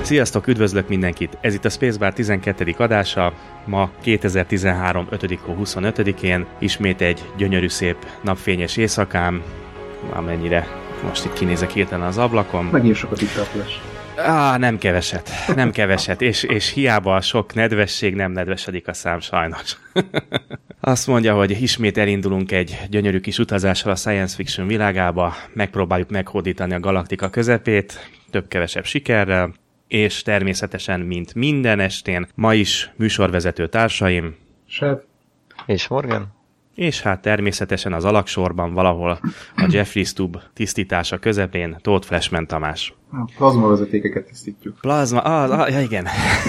Sziasztok, üdvözlök mindenkit! Ez itt a Spacebar 12. adása, ma 2013. 5. hó 25-én, ismét egy gyönyörű szép napfényes éjszakám, amennyire most itt kinézek hirtelen az ablakon. Megint sokat itt a flash. Nem keveset, és hiába a sok nedvesség, nem nedvesedik a szám sajnos. Azt mondja, hogy ismét elindulunk egy gyönyörű kis utazással a science fiction világába, megpróbáljuk meghódítani a galaktika közepét, több-kevesebb sikerrel, és természetesen, mint minden estén, ma is műsorvezető társaim, Sev és Morgan. És hát természetesen az alaksorban valahol a Jeffries Tube tisztítása közepén Tóth Flashman Tamás. A plazmavezetékeket tisztítjuk. Ja igen.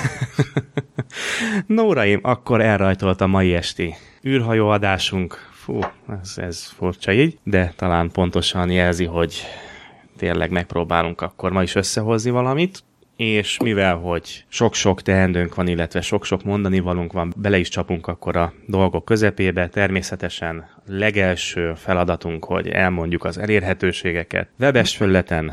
No, uraim, akkor elrajtolt a mai esti űrhajóadásunk. Fú, ez furcsa így, de talán pontosan jelzi, hogy tényleg megpróbálunk akkor ma is összehozni valamit. És mivel, hogy sok-sok teendőnk van, illetve sok-sok mondanivalunk van, bele is csapunk akkor a dolgok közepébe. Természetesen legelső feladatunk, hogy elmondjuk az elérhetőségeket. Webes felületen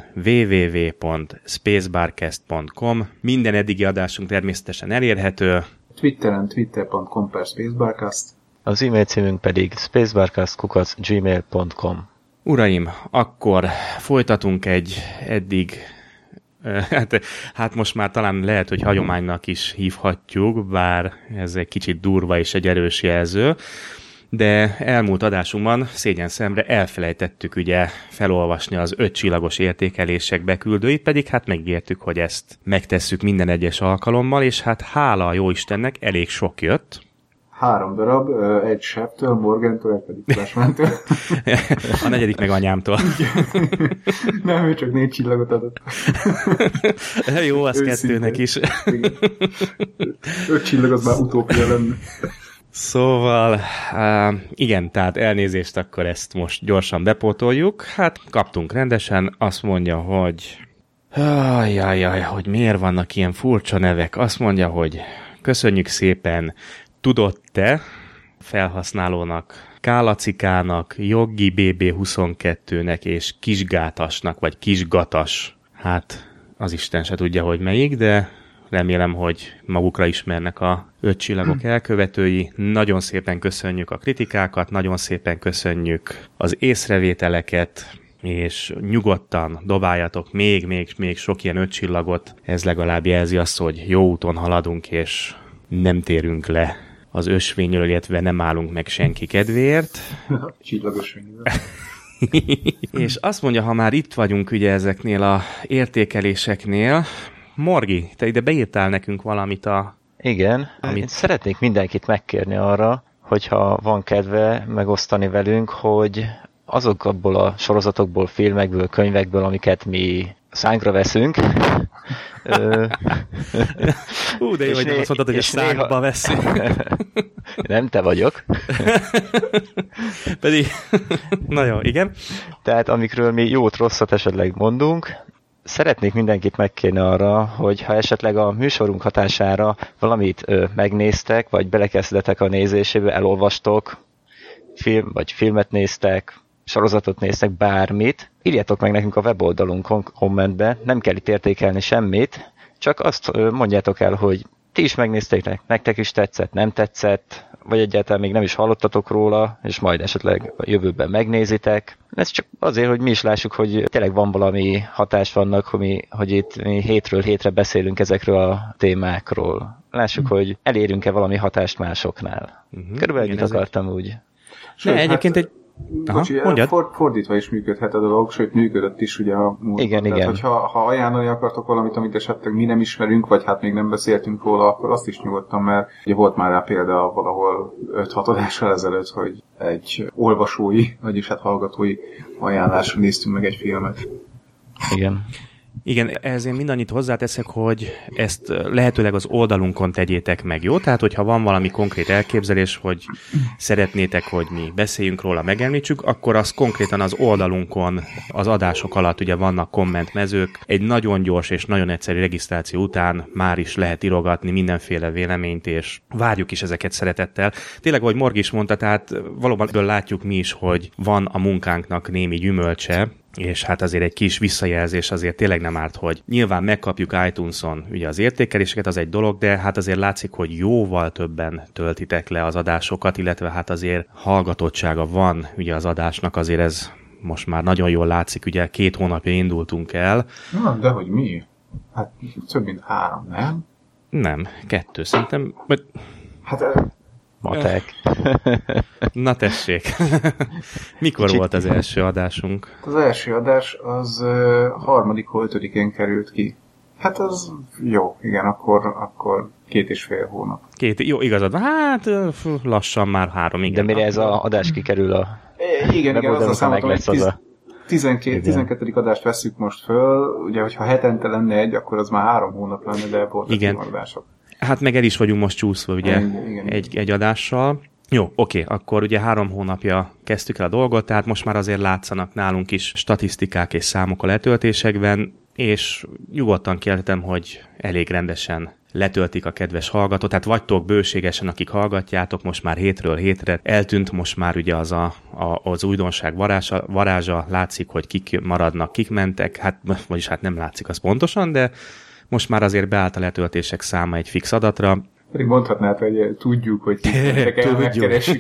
www.spacebarcast.com. Minden eddigi adásunk természetesen elérhető. Twitteren twitter.com/spacebarcast. Az e-mail címünk pedig spacebarcast@gmail.com. Uraim, akkor folytatunk egy eddig Hát most már talán lehet, hogy hagyománynak is hívhatjuk, bár ez egy kicsit durva és egy erős jelző, de elmúlt adásunkban szégyen szemre elfelejtettük ugye felolvasni az 5 csillagos értékelések beküldőit, pedig hát megígértük, hogy ezt megtesszük minden egyes alkalommal, és hát hála a jóistennek elég sok jött. 3 darab, egy Sevtől, Morgantól, egy pedig Flashmantől. A negyedik meg anyámtól. Nem, ő csak 4 csillagot adott. Jó, az kettőnek is. 5 csillag az már utópia lenne. Szóval, igen, tehát elnézést, akkor ezt most gyorsan bepótoljuk. Hát kaptunk rendesen, azt mondja, hogy hogy miért vannak ilyen furcsa nevek. Azt mondja, hogy köszönjük szépen, tudott-e felhasználónak, Kálacikának, Joggi BB22-nek és Kisgátasnak, vagy Kisgatas. Hát az Isten se tudja, hogy melyik, de remélem, hogy magukra ismernek a 5 csillagok elkövetői. Nagyon szépen köszönjük a kritikákat, nagyon szépen köszönjük az észrevételeket, és nyugodtan dobáljatok még sok ilyen 5 csillagot. Ez legalább jelzi azt, hogy jó úton haladunk, és nem térünk le az ösvényről, illetve nem állunk meg senki kedvéért. Csillagos ösvényről. És azt mondja, ha már itt vagyunk ugye ezeknél a értékeléseknél, Morgi, te ide beírtál nekünk valamit Igen, én szeretnék mindenkit megkérni arra, hogyha van kedve megosztani velünk, hogy azokból a sorozatokból, filmekből, könyvekből, amiket mi szánkra veszünk. De jó, hogy nem azt mondtad, hogy a szánkba veszünk. Nem te vagyok. Pedig, na jó, igen. Tehát amikről mi jót, rosszat esetleg mondunk, szeretnék mindenkit megkérni arra, hogy ha esetleg a műsorunk hatására valamit megnéztek, vagy belekezdetek a nézésébe, elolvastok, filmet néztek, sorozatot néztek, bármit, írjátok meg nekünk a weboldalunkon kommentbe, nem kell itt értékelni semmit, csak azt mondjátok el, hogy ti is megnéztétek, nektek is tetszett, nem tetszett, vagy egyáltalán még nem is hallottatok róla, és majd esetleg a jövőben megnézitek. Ez csak azért, hogy mi is lássuk, hogy tényleg van valami hatás vannak, hogy itt mi hétről hétre beszélünk ezekről a témákról. Lássuk, hogy elérünk-e valami hatást másoknál. Körülbelül ennyit akartam úgy. Sőt, egyébként egy... Fordítva is működhet a dolog, sőt működött is ugye a múltban. Igen. Tehát, hogyha ajánlani akartok valamit, amit esetleg mi nem ismerünk, vagy hát még nem beszéltünk róla, akkor azt is nyugodtan, mert ugye volt már rá példa valahol 5-6 adással ezelőtt, hogy egy olvasói, vagyis hát hallgatói ajánlásra néztünk meg egy filmet. Igen, ehhez én mindannyit hozzáteszek, hogy ezt lehetőleg az oldalunkon tegyétek meg, jó? Tehát, hogyha van valami konkrét elképzelés, hogy szeretnétek, hogy mi beszéljünk róla, megemlítsük, akkor az konkrétan az oldalunkon, az adások alatt ugye vannak kommentmezők. Egy nagyon gyors és nagyon egyszerű regisztráció után már is lehet írogatni mindenféle véleményt, és várjuk is ezeket szeretettel. Tényleg, ahogy Morgi is mondta, tehát valóban látjuk mi is, hogy van a munkánknak némi gyümölcse, és hát azért egy kis visszajelzés azért tényleg nem árt, hogy nyilván megkapjuk iTunes-on ugye az értékeléseket, az egy dolog, de hát azért látszik, hogy jóval többen töltitek le az adásokat, illetve hát azért hallgatottsága van ugye az adásnak, azért ez most már nagyon jól látszik, ugye 2 hónapja indultunk el. Na, de hogy mi? Hát több mint 3, nem? Nem, 2 szerintem. Hát Matek. Na tessék. Mikor volt az első adásunk? az első adás az 3.-5-én került ki. Hát az jó, igen, akkor 2,5 hónap. Jó, igazad van. Hát lassan már 3, igen. De mire ez az adás kikerül a... Igen, azzal számoltam, lesz az a... 12. adást vesszük most föl, ugye, hogyha hetente lenne egy, akkor az már 3 hónap lenne, de voltak kimaradások. Hát meg el is vagyunk most csúszva, ugye, igen. Egy adással. Jó, oké, akkor ugye 3 hónapja kezdtük el a dolgot, tehát most már azért látszanak nálunk is statisztikák és számok a letöltésekben, és nyugodtan kérhetem, hogy elég rendesen letöltik a kedves hallgatót, tehát vagytok bőségesen, akik hallgatjátok, most már hétről hétre eltűnt, most már ugye az újdonság varázsa, látszik, hogy kik maradnak, kik mentek, hát vagyis hát nem látszik az pontosan, de most már azért beállt a letöltések száma egy fix adatra. Pedig mondhatnád, hogy tudjuk, hogy kik el, megkeressük.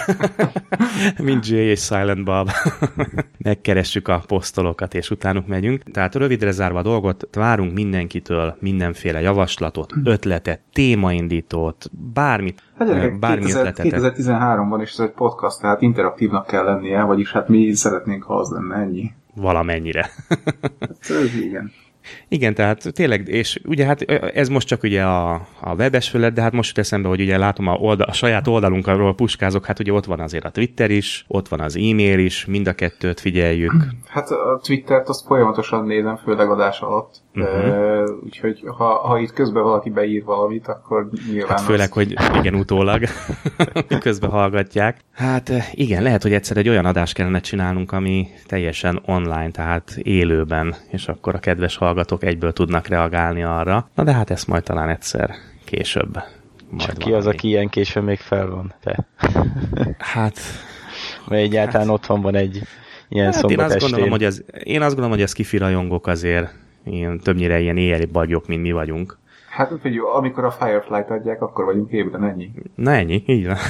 Mint Jay és Silent Bob. Megkeressük a posztolokat, és utánuk megyünk. Tehát rövidre zárva a dolgot, várunk mindenkitől mindenféle javaslatot, ötletet, témaindítót, bármit. Hát bármi ötletet. 2013-ban, és ez egy podcast, tehát interaktívnak kell lennie, vagyis hát mi szeretnénk, ha az lenne, ennyi. Valamennyire. Hát, igen. Igen, tehát tényleg, és ugye hát ez most csak ugye a webes felület, de hát most jut eszembe, hogy ugye látom a saját oldalunkról puskázok, hát ugye ott van azért a Twitter is, ott van az e-mail is, mind a kettőt figyeljük. Hát a Twittert azt folyamatosan nézem, főleg adás alatt, úgyhogy ha itt közben valaki beír valamit, akkor nyilván... Hát főleg, hogy igen, utólag közben hallgatják. Hát igen, lehet, hogy egyszer egy olyan adást kellene csinálnunk, ami teljesen online, tehát élőben, és akkor a kedves hallgatók egyből tudnak reagálni arra. Na de hát ezt majd talán egyszer később. Csak ki az, aki ilyen későn még fel van? Te. Hát... Mert egyáltalán otthon van egy ilyen hát szombat én azt gondolom, hogy ez kifi rajongók azért többnyire ilyen éjjeli bagyok, mint mi vagyunk. Hát, hogy amikor a Firefly-t adják, akkor vagyunk ébren, ennyi. Na ennyi, így van.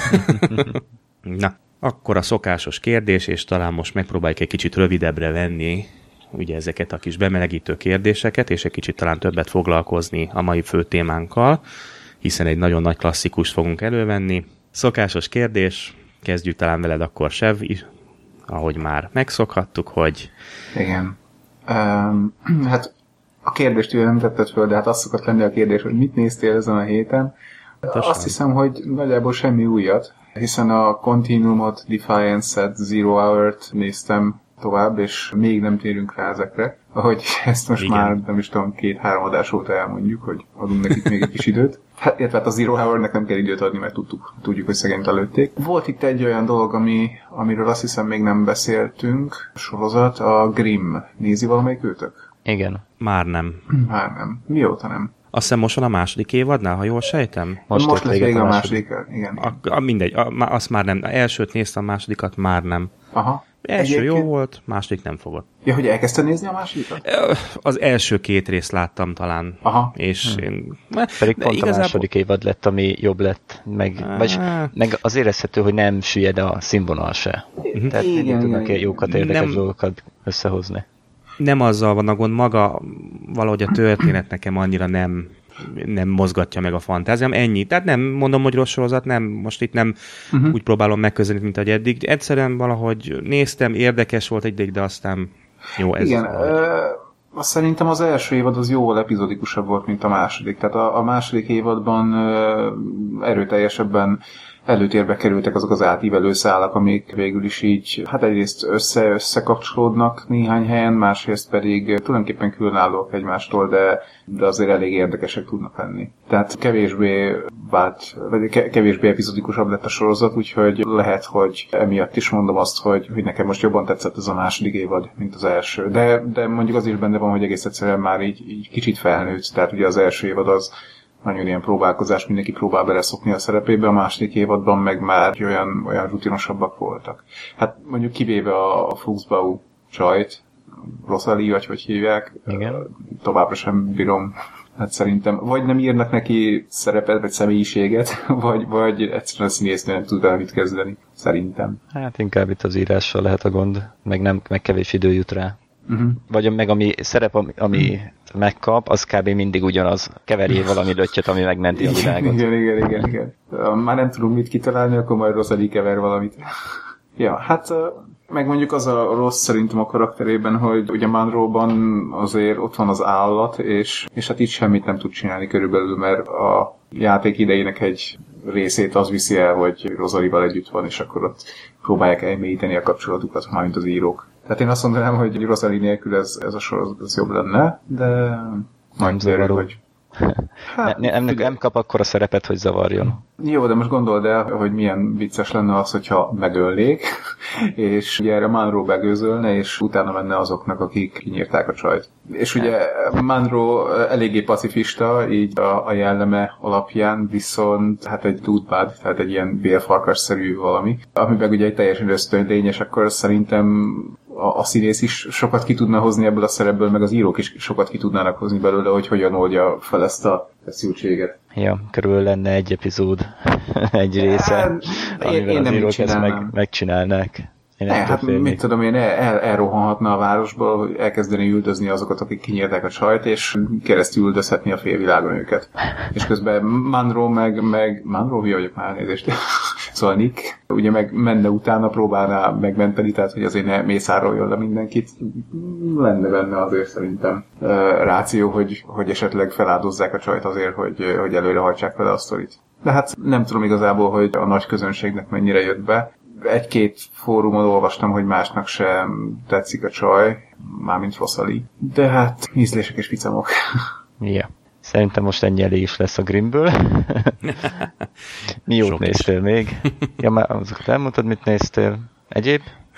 Na, akkor a szokásos kérdés, és talán most megpróbáljuk egy kicsit rövidebbre venni ugye ezeket a kis bemelegítő kérdéseket, és egy kicsit talán többet foglalkozni a mai fő témánkkal, hiszen egy nagyon nagy klasszikust fogunk elővenni. Szokásos kérdés, kezdjük talán veled akkor, Sev, ahogy már megszokhattuk, hogy... Igen. Hát a kérdést ugye nem tetted föl, de hát az szokott lenni a kérdés, hogy mit néztél ezen a héten. Azt hiszem, hogy nagyjából semmi újat, hiszen a Continuumot, Defiance-et, Zero Hour-t néztem tovább, és még nem térünk rá ezekre. Ahogy ezt most igen. Már nem is tudom, 2-3 adás óta elmondjuk, hogy adunk nekik még egy kis időt. Hát, illetve hát a Zero Hour-nek nem kell időt adni, mert tudjuk, hogy szegényt előtték. Volt itt egy olyan dolog, amiről azt hiszem még nem beszéltünk, sorozat, a Grimm. Nézi valamelyik őtök? Igen. Már nem. Már nem. Mióta nem? Azt hiszem most van a második évadnál, ha jól sejtem? Most lesz még a második. Igen. Mindegy, azt már nem. Elsőt néztem, a másodikat már nem. Aha. Első jó volt, második nem fogott. Ja, hogy elkezdted nézni a másodikat? Az első 2 részt láttam talán. Aha. És pedig pont igazából... a második évad lett, ami jobb lett, meg az érezhető, hogy nem süllyed a színvonal se. Tehát nem tudnak jókat, érdekes dolgokat összehozni. Nem azzal van a gond, maga valahogy a történet nekem annyira nem mozgatja meg a fantáziám, ennyi. Tehát nem mondom, hogy rossz sorozat, nem, most itt nem úgy próbálom megközelíteni, mint ahogy eddig. Egyszerűen valahogy néztem, érdekes volt egy ideig, de aztán jó ez. Igen, szerintem az első évad az jóval epizodikusabb volt, mint a második. Tehát a második évadban erőteljesebben előtérbe kerültek azok az átívelő szálak, amik végül is így, hát egyrészt összekapcsolódnak néhány helyen, másrészt pedig tulajdonképpen különállóak egymástól, de azért elég érdekesek tudnak lenni. Tehát kevésbé epizodikusabb lett a sorozat, úgyhogy lehet, hogy emiatt is mondom azt, hogy nekem most jobban tetszett ez a második évad, mint az első. De mondjuk az is benne van, hogy egész egyszerűen már így kicsit felnőtt, tehát ugye az első évad az nagyon ilyen próbálkozás, mindenki próbál beleszokni a szerepébe, a második évadban meg már olyan rutinosabbak voltak. Hát mondjuk kivéve a Fuchsbau csajt, Rosalie, vagy hogy hívják. Igen. Továbbra sem bírom. Hát szerintem vagy nem írnak neki szerepet, vagy személyiséget, vagy egyszerűen a színésznő nem tud vele mit kezdeni. Szerintem. Hát inkább itt az írással lehet a gond, meg kevés idő jut rá. Vagy meg ami szerep, ami megkap, az kb. Mindig ugyanaz. Keverjél valami löttyöt, ami megmenti a világot. Igen. Már nem tudunk mit kitalálni, akkor majd Rosalie kever valamit. Ja, hát meg mondjuk az a rossz szerintem a karakterében, hogy ugye Monroe-ban azért ott van az állat, és hát itt semmit nem tud csinálni körülbelül, mert a játék idejének egy részét az viszi el, hogy Rosalie-val együtt van, és akkor ott próbálják elmélyíteni a kapcsolatukat, mármint az írók. Tehát én azt mondanám, hogy Rosalie nélkül ez a sorozat az jobb lenne, de majd zavaró, hogy... Hát, nem kap akkor a szerepet, hogy zavarjon. Jó, de most gondold el, hogy milyen vicces lenne az, hogyha megölnék, és ugye erre Monroe begőzölne, és utána menne azoknak, akik kinyírták a csajt. És ugye Monroe eléggé pacifista, így a jelleme alapján, viszont hát egy dudebád, tehát egy ilyen bélfarkas-szerű valami, ami meg ugye egy teljesen ösztönlény, és akkor szerintem a színész is sokat ki tudna hozni ebből a szerepből, meg az írók is sokat ki tudnának hozni belőle, hogy hogyan oldja fel ezt a feszültséget. Ja, körülbelül lenne egy epizód, egy része, amivel az írók ezt megcsinálnák. Hát mit tudom én, elrohanhatna a városból, hogy elkezdeni üldözni azokat, akik kinyírták a csajt, és keresztül üldözhetni a félvilágon őket. És közben Monroe Monroe hülye vagyok már, elnézést. Szóval Nick ugye meg menne utána, próbálná megmenteni, tehát hogy azért ne mészároljon le mindenkit. Lenne benne azért szerintem ráció, hogy esetleg feláldozzák a csajt azért, hogy előre hajtsák vele a sztorit. De hát nem tudom igazából, hogy a nagy közönségnek mennyire jött be. Egy-két fórumon olvastam, hogy másnak sem tetszik a csaj, mármint Rosalie. De hát ízlések és ficamok. Ja. Szerintem most ennyi elég is lesz a Grimmből. Mi jót néztél még? Ja, már azokat elmondtad, mit néztél. Egyéb?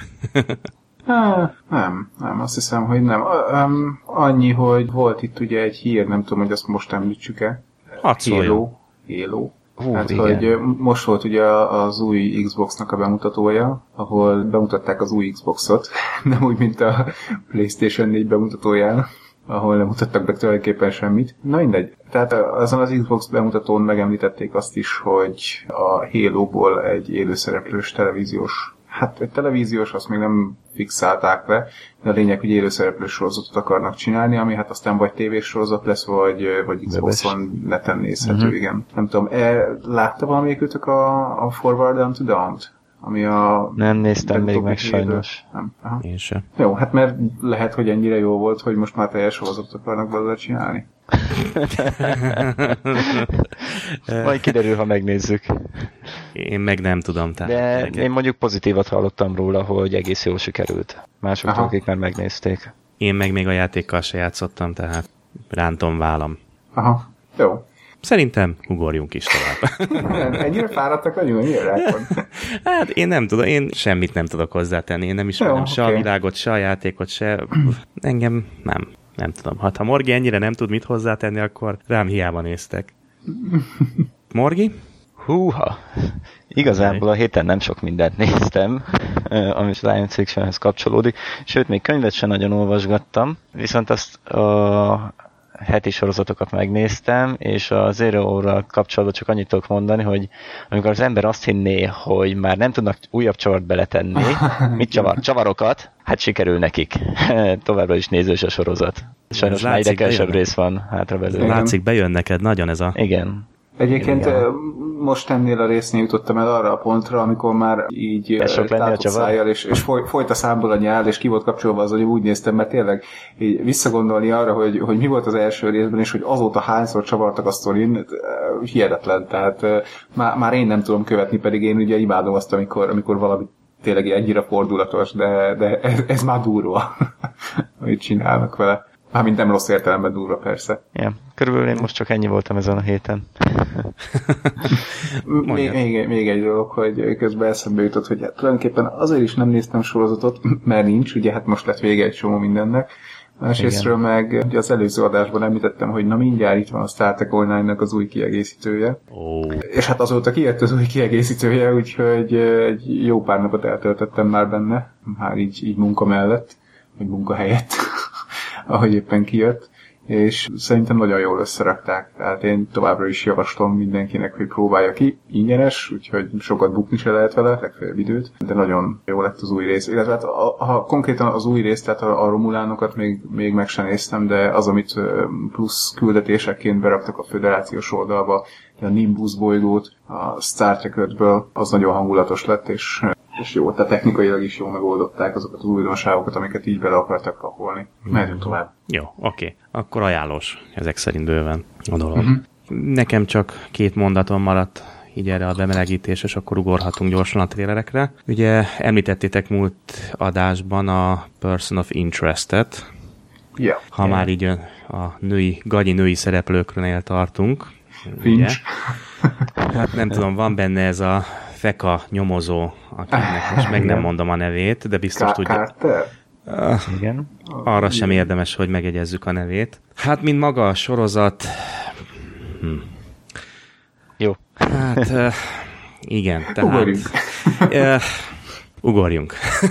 Nem, azt hiszem, hogy nem. Annyi, hogy volt itt ugye egy hír, nem tudom, hogy azt most említsük-e. Halo. Hát, hogy most volt ugye az új Xbox-nak a bemutatója, ahol bemutatták az új Xboxot, nem úgy, mint a PlayStation 4 bemutatóján, ahol nem mutattak be tulajdonképpen semmit. Na mindegy. Tehát azon az Xbox bemutatón megemlítették azt is, hogy a Halo-ból egy élőszereplős televíziós, azt még nem fixálták le, de a lényeg, hogy élőszereplős sorozatot akarnak csinálni, ami hát aztán vagy tévés sorozat lesz, vagy Xboxon neten nézhető, igen. Nem tudom, látta valamelyikőtök a Forward Unto Dawn-t? Ami nem néztem még meg sajnos. Nem. Én sem. Jó, hát mert lehet, hogy ennyire jó volt, hogy most már teljes sorozatot akarnak belőle csinálni. Majd kiderül, ha megnézzük. Én meg nem tudom. De én mondjuk pozitívat hallottam róla, hogy egész jól sikerült. Másoktól, akik már megnézték. Én meg még a játékkal se játszottam, tehát rántom vállam. Aha, jó. Szerintem ugorjunk is tovább. Ennyire fáradtak vagyunk, ennyire rákon? Hát én nem tudom, én semmit nem tudok hozzátenni. Én nem ismerem se a világot, se a játékot, se... Engem nem tudom. Ha Morgi ennyire nem tud mit hozzátenni, akkor rám hiába néztek. Morgi? Húha! Igazából a héten nem sok mindent néztem, ami Science Fictionhez kapcsolódik, sőt, még könyvet sem nagyon olvasgattam, viszont azt a heti sorozatokat megnéztem, és a Zero-ral kapcsolatban csak annyit tudok mondani, hogy amikor az ember azt hinné, hogy már nem tudnak újabb csavart beletenni, csavarokat, hát sikerül nekik. Továbbra is nézős a sorozat. Sajnos már ide kevesebb rész van hátra belőle. Látszik, bejön neked nagyon ez a... Igen. Egyébként most ennél a résznél jutottam el arra a pontra, amikor már így tátott szájjal, és folyt a számból a nyál, és ki volt kapcsolva az, hogy úgy néztem, mert tényleg így visszagondolni arra, hogy mi volt az első részben, és hogy azóta hányszor csavartak a sztorin, hihetetlen. Tehát már én nem tudom követni, pedig én ugye imádom azt, amikor valami tényleg ennyire fordulatos, de ez már durva, amit csinálnak vele. Mármint nem rossz értelemben durva, persze. Ja, körülbelül én most csak ennyi voltam ezen a héten. még egy dolog, hogy közben eszembe jutott, hogy hát tulajdonképpen azért is nem néztem sorozatot, mert nincs, ugye hát most lett vége egy csomó mindennek. Másrésztről meg ugye az előző adásban említettem, hogy na mindjárt itt van a Star Trek Online-nak az új kiegészítője. És hát azóta kijött az új kiegészítője, úgyhogy egy jó pár napot eltöltöttem már benne, már így munka mellett. vagy munkahelyet, ahogy éppen kijött, és szerintem nagyon jól összerakták. Tehát én továbbra is javaslom mindenkinek, hogy próbálja ki. Ingyenes, úgyhogy sokat bukni se lehet vele, legfeljebb időt, de nagyon jó lett az új rész. Illetve hát, ha konkrétan az új rész, tehát a Romulánokat még meg sem néztem, de az, amit plusz küldetésekként beraktak a föderációs oldalba, a Nimbus bolygót, a Star Trek 5-ből, az nagyon hangulatos lett, és jó, tehát technikailag is jól megoldották azokat az újdonságokat, amiket így bele akartak pakolni. Mehetünk tovább. Jó, oké. Akkor ajánlós ezek szerint bőven a dolog. Nekem csak 2 mondatom maradt így erre a bemelegítés, és akkor ugorhatunk gyorsan a trélerekre. Ugye említettétek múlt adásban a Person of Interest-et. Yeah. Ha már így a gagyi női szereplőkről tartunk. Finch. Hát nem tudom, van benne ez a feka nyomozó, akinek most meg nem mondom a nevét, de biztos tudja. Igen. Arra sem érdemes, hogy megjegyezzük a nevét. Hát, mint maga a sorozat... Jó. Hát, igen. Tehát, ugorjunk.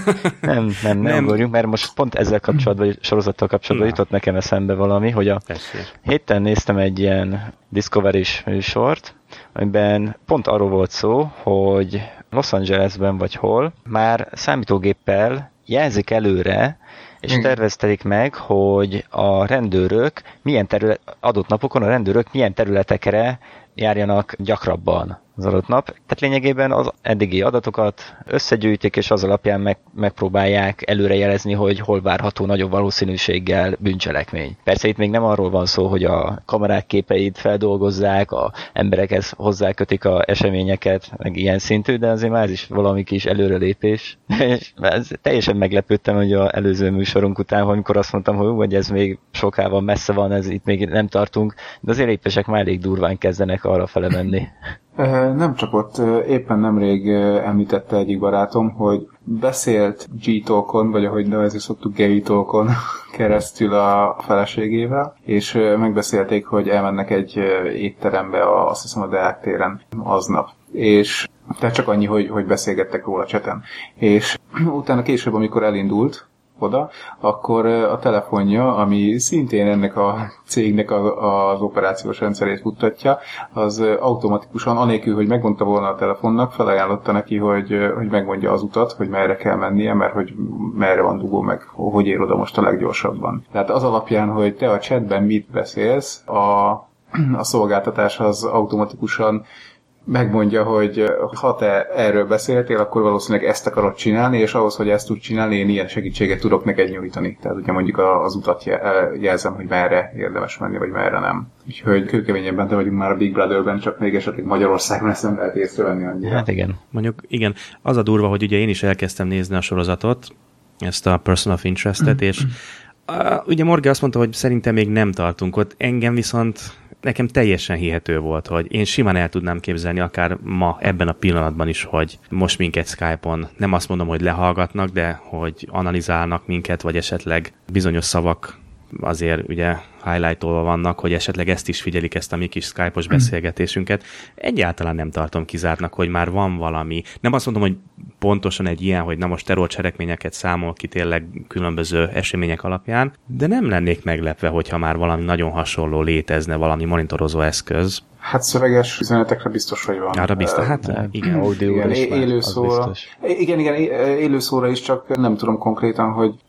Nem ugorjunk, mert most pont ezzel kapcsolatban, vagy sorozattal kapcsolatban jutott nekem eszembe valami, hogy a héten néztem egy ilyen Discovery-s műsort, amiben pont arról volt szó, hogy Los Angelesben vagy hol már számítógéppel jelzik előre, és terveztelik meg, hogy a rendőrök adott napokon a rendőrök milyen területekre járjanak gyakrabban az adott nap. Tehát lényegében az eddigi adatokat összegyűjtik, és az alapján megpróbálják előrejelezni, hogy hol várható nagyobb valószínűséggel bűncselekmény. Persze itt még nem arról van szó, hogy a kamerák képeit feldolgozzák, a emberekhez hozzákötik a eseményeket, meg ilyen szintű, de azért már ez is valami kis előrelépés. Teljesen meglepődtem, hogy az előző műsorunk után, amikor azt mondtam, hogy ez még sokában messze van, ez itt még nem tartunk, de azért lépések már elég durván kezdenek arra fele menni. Nem csak ott, éppen nemrég említette egyik barátom, hogy beszélt G-Talkon, vagy ahogy nevezni szoktuk, Gay-Talkon keresztül a feleségével, és megbeszélték, hogy elmennek egy étterembe, azt hiszem a Deák téren aznap. És tehát csak annyi, hogy beszélgettek róla cseten. És utána később, amikor elindult oda, akkor a telefonja, ami szintén ennek a cégnek az operációs rendszerét futtatja, az automatikusan, anélkül, hogy megmondta volna a telefonnak, felajánlotta neki, hogy megmondja az utat, hogy merre kell mennie, mert hogy merre van dugó, meg hogy ér oda most a leggyorsabban. Tehát az alapján, hogy te a chatben mit beszélsz, a szolgáltatás az automatikusan megmondja, hogy ha te erről beszéltél, akkor valószínűleg ezt akarod csinálni, és ahhoz, hogy ezt tud csinálni, én ilyen segítséget tudok neked nyújtani. Tehát ugye mondjuk az utat jelzem, hogy merre érdemes menni, vagy merre nem. Úgyhogy kőkeményen benne vagyunk már a Big Brotherben, csak még esetleg Magyarországon ezt nem lehet észrevenni annyira. Hát igen. Mondjuk igen, az a durva, hogy ugye én is elkezdtem nézni a sorozatot, ezt a Person of Interest-et, és ugye Morgan azt mondta, hogy szerintem még nem tartunk ott, engem viszont nekem teljesen hihető volt, hogy én simán el tudnám képzelni akár ma ebben a pillanatban is, hogy most minket Skype-on, nem azt mondom, hogy lehallgatnak, de hogy analizálnak minket, vagy esetleg bizonyos szavak azért ugye highlightolva vannak, hogy esetleg ezt is figyelik, ezt a mi kis Skype-os beszélgetésünket. Egyáltalán nem tartom kizártnak, hogy már van valami. Nem azt mondom, hogy pontosan egy ilyen, hogy na most terrorcselekményeket számol ki tényleg különböző események alapján, de nem lennék meglepve, hogyha már valami nagyon hasonló létezne, valami monitorozó eszköz. Hát szöveges üzenetekre biztos, hogy van. Arra biztos, hát igen. Audio is élőszóra. Igen, élőszóra is, csak nem tudom konkrétan,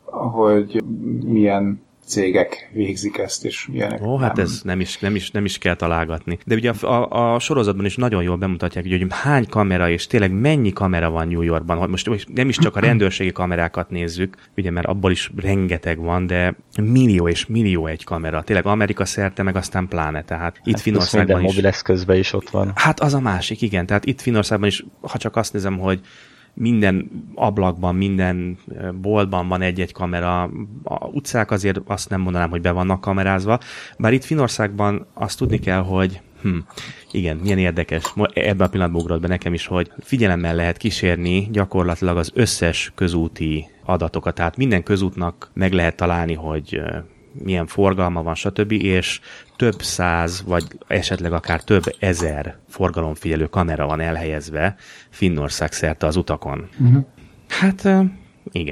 hogy milyen cégek végzik ezt, és milyenek. Ó, hát ez nem is kell találgatni. De ugye a sorozatban is nagyon jól bemutatják, hogy hány kamera, és tényleg mennyi kamera van New Yorkban. Hogy most nem is csak a rendőrségi kamerákat nézzük, ugye, mert abból is rengeteg van, de millió és millió egy kamera. Tényleg Amerika szerte, meg aztán pláne. Tehát itt Finnországban minden mobileszközben is ott van. Hát az a másik, igen. Tehát itt Finnországban is, ha csak azt nézem, hogy minden ablakban, minden boltban van egy-egy kamera. A utcák azért azt nem mondanám, hogy be vannak kamerázva. Bár itt Finnországban azt tudni kell, hogy igen, milyen érdekes. Ebben a pillanatban ugrott be nekem is, hogy figyelemmel lehet kísérni gyakorlatilag az összes közúti adatokat. Tehát minden közútnak meg lehet találni, hogy milyen forgalma van, stb. És több száz, vagy esetleg akár több ezer forgalomfigyelő kamera van elhelyezve Finnország szerte az utakon. Hát igen.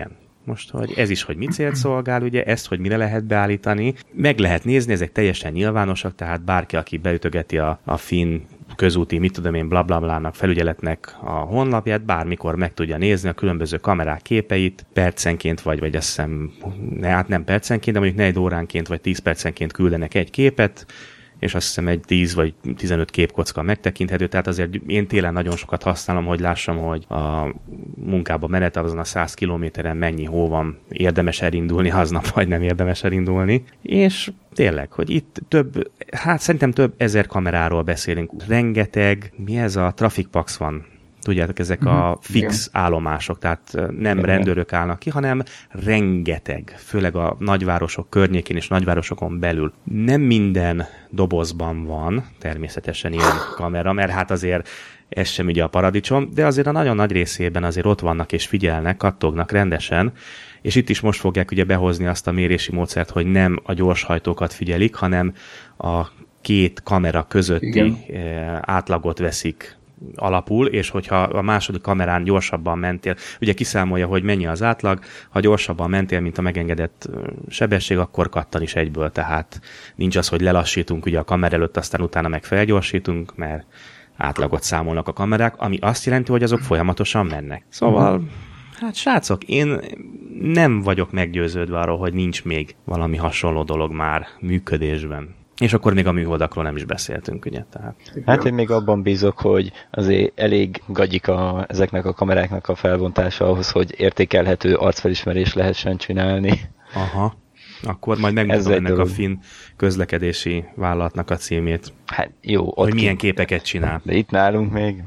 most, hogy ez is, hogy mi célt szolgál, ugye, ezt, hogy mire lehet beállítani. Meg lehet nézni, ezek teljesen nyilvánosak, tehát bárki, aki beütögeti a finn közúti, mit tudom én, blablablának, felügyeletnek a honlapját, bármikor meg tudja nézni a különböző kamerák képeit, percenként, vagy azt hiszem, hát nem percenként, de mondjuk 4 óránként, vagy 10 percenként küldenek egy képet, és azt hiszem egy 10 vagy 15 képkocka megtekinthető, tehát azért én télen nagyon sokat használom, hogy lássam, hogy a munkába menet azon a 100 kilométeren mennyi hó van, érdemes elindulni aznap, vagy nem érdemes elindulni. És tényleg, hogy itt szerintem több ezer kameráról beszélünk. Rengeteg, mi ez a Trafikpax van? Tudjátok, ezek a fix állomások, tehát nem rendőrök állnak ki, hanem rengeteg, főleg a nagyvárosok környékén és nagyvárosokon belül. Nem minden dobozban van természetesen ilyen kamera, mert hát azért ez sem ugye a paradicsom, de azért a nagyon nagy részében azért ott vannak és figyelnek, kattognak rendesen, és itt is most fogják ugye behozni azt a mérési módszert, hogy nem a gyorshajtókat figyelik, hanem a két kamera közötti átlagot veszik alapul, és hogyha a második kamerán gyorsabban mentél, ugye kiszámolja, hogy mennyi az átlag, ha gyorsabban mentél, mint a megengedett sebesség, akkor kattan is egyből, tehát nincs az, hogy lelassítunk ugye a kamera előtt, aztán utána meg felgyorsítunk, mert átlagot számolnak a kamerák, ami azt jelenti, hogy azok folyamatosan mennek. Szóval, hát srácok, én nem vagyok meggyőződve arról, hogy nincs még valami hasonló dolog már működésben. És akkor még a műholdakról nem is beszéltünk, ugye? Tehát... Hát én még abban bízok, hogy azért elég gagyik ezeknek a kameráknak a felbontása ahhoz, hogy értékelhető arcfelismerés lehessen csinálni. Aha. Akkor majd megmutatom ennek a finn közlekedési vállalatnak a címét. Hát jó. Hogy milyen képeket csinál. De itt nálunk még.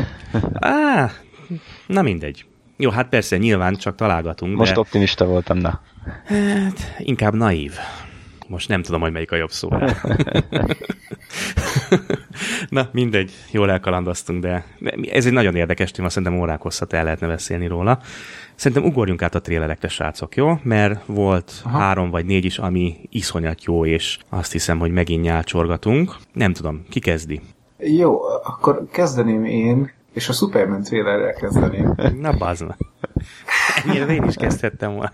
Na mindegy. Jó, hát persze, nyilván csak találgatunk. Most optimista voltam, na. Hát, inkább naív. Most nem tudom, hogy melyik a jobb szó. Na, mindegy, jól elkalandoztunk, de ez egy nagyon érdekes téma, szerintem órák hosszat el lehetne beszélni róla. Szerintem ugorjunk át a trélerekre, srácok, jó? Mert volt 3 vagy 4 is, ami iszonyat jó, és azt hiszem, hogy megint nyálcsorgatunk. Nem tudom, ki kezdi? Jó, akkor kezdeném én, és a Superman trailerrel kezdeném. Na bazna. Ennyire én is kezdhettem volna.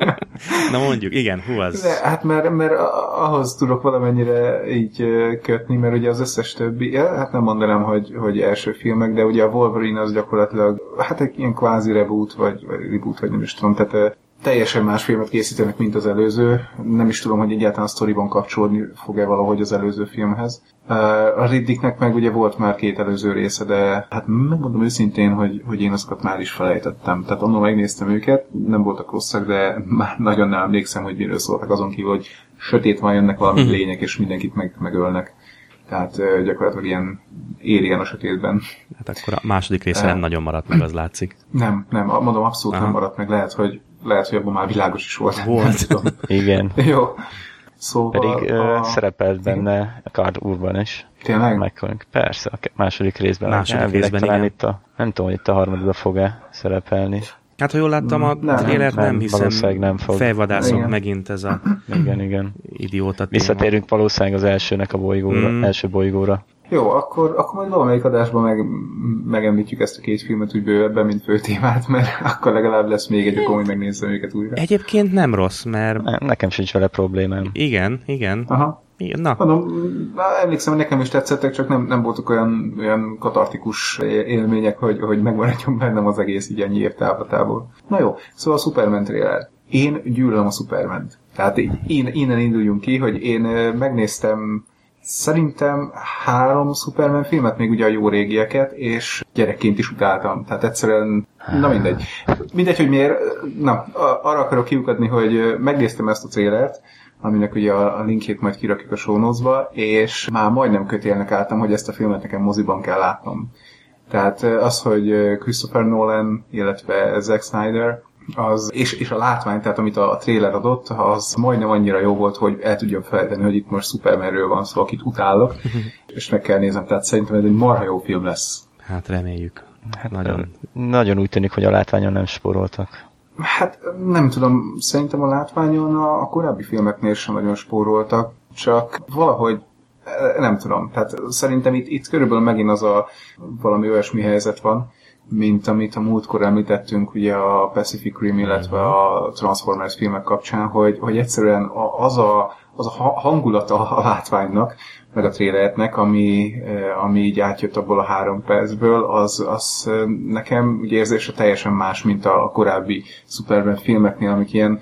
Na mondjuk, igen, hú az? De, hát mert ahhoz tudok valamennyire így kötni, mert ugye az összes többi, hát nem mondanám, hogy első filmek, de ugye a Wolverine az gyakorlatilag, hát egy ilyen kvázi reboot, vagy nem is tudom, tehát teljesen más filmet készítenek, mint az előző. Nem is tudom, hogy egyáltalán a sztoriban kapcsolódni fog-e valahogy az előző filmhez. A Riddicknek meg ugye volt már 2 előző része, de hát megmondom őszintén, hogy én azokat már is felejtettem. Tehát onnan megnéztem őket, nem voltak rosszak, de már nagyon nem emlékszem, hogy miről szóltak, azon kívül, hogy sötét van, jönnek valami lények, és mindenkit megölnek. Tehát gyakorlatilag ilyen Alien a sötétben. Hát akkor a második része nem nagyon maradt meg, az látszik. Nem, mondom, abszolút nem maradt meg. Lehet, hogy abban már világos is volt. Igen. Jó. Szóval pedig szerepelt benne Karl Urban is. Tényleg? Persze, a második részben. Második részben, igen. Itt nem tudom, hogy itt a harmadikban fog-e szerepelni. Hát, ha jól láttam a trélert, nem hiszem, nem fog. felvadászok megint ez a igen. idióta téma. Visszatérünk valószínűleg az elsőnek a bolygóra, első bolygóra. Jó, akkor majd valamelyik adásban megemlítjük ezt a 2 filmet úgy bővebben, mint főtémát, mert akkor legalább lesz még egy okom, hogy megnézzem őket újra. Egyébként nem rossz, mert... Nekem sincs vele problémám. Igen. Aha. Na. Mondom, emlékszem, hogy nekem is tetszettek, csak nem voltak olyan katartikus élmények, hogy megmaradjon bennem az egész így ennyi év távlatából. Na jó, szóval a Superman trailer. Én gyűlölöm a Supermant. Tehát innen induljunk ki, hogy én megnéztem szerintem 3 Superman filmet, még ugye a jó régieket, és gyerekként is utáltam. Tehát egyszerűen, na mindegy. Mindegy, hogy miért. Na, arra akarok kiukadni, hogy megnéztem ezt a trailert, aminek ugye a linkjét majd kirakjuk a show notes-ba, és már majdnem kötélnek álltam, hogy ezt a filmet nekem moziban kell látnom. Tehát az, hogy Christopher Nolan, illetve Zack Snyder, és a látvány, tehát amit a trailer adott, az majdnem annyira jó volt, hogy el tudjam felejteni, hogy itt most Supermanről van szó, akit utálok, és meg kell nézem, tehát szerintem ez egy marha jó film lesz. Hát reméljük. Hát nagyon úgy tűnik, hogy a látványon nem spóroltak. Hát nem tudom, szerintem a látványon a korábbi filmeknél sem nagyon spóroltak, csak valahogy nem tudom, tehát szerintem itt körülbelül megint az a valami olyasmi helyzet van, mint amit a múltkor említettünk ugye a Pacific Rim, illetve a Transformers filmek kapcsán, hogy egyszerűen az a hangulata a látványnak, meg a trailernek, ami így átjött abból a 3 percből, az nekem ugye érzése teljesen más, mint a korábbi Superman filmeknél, amik ilyen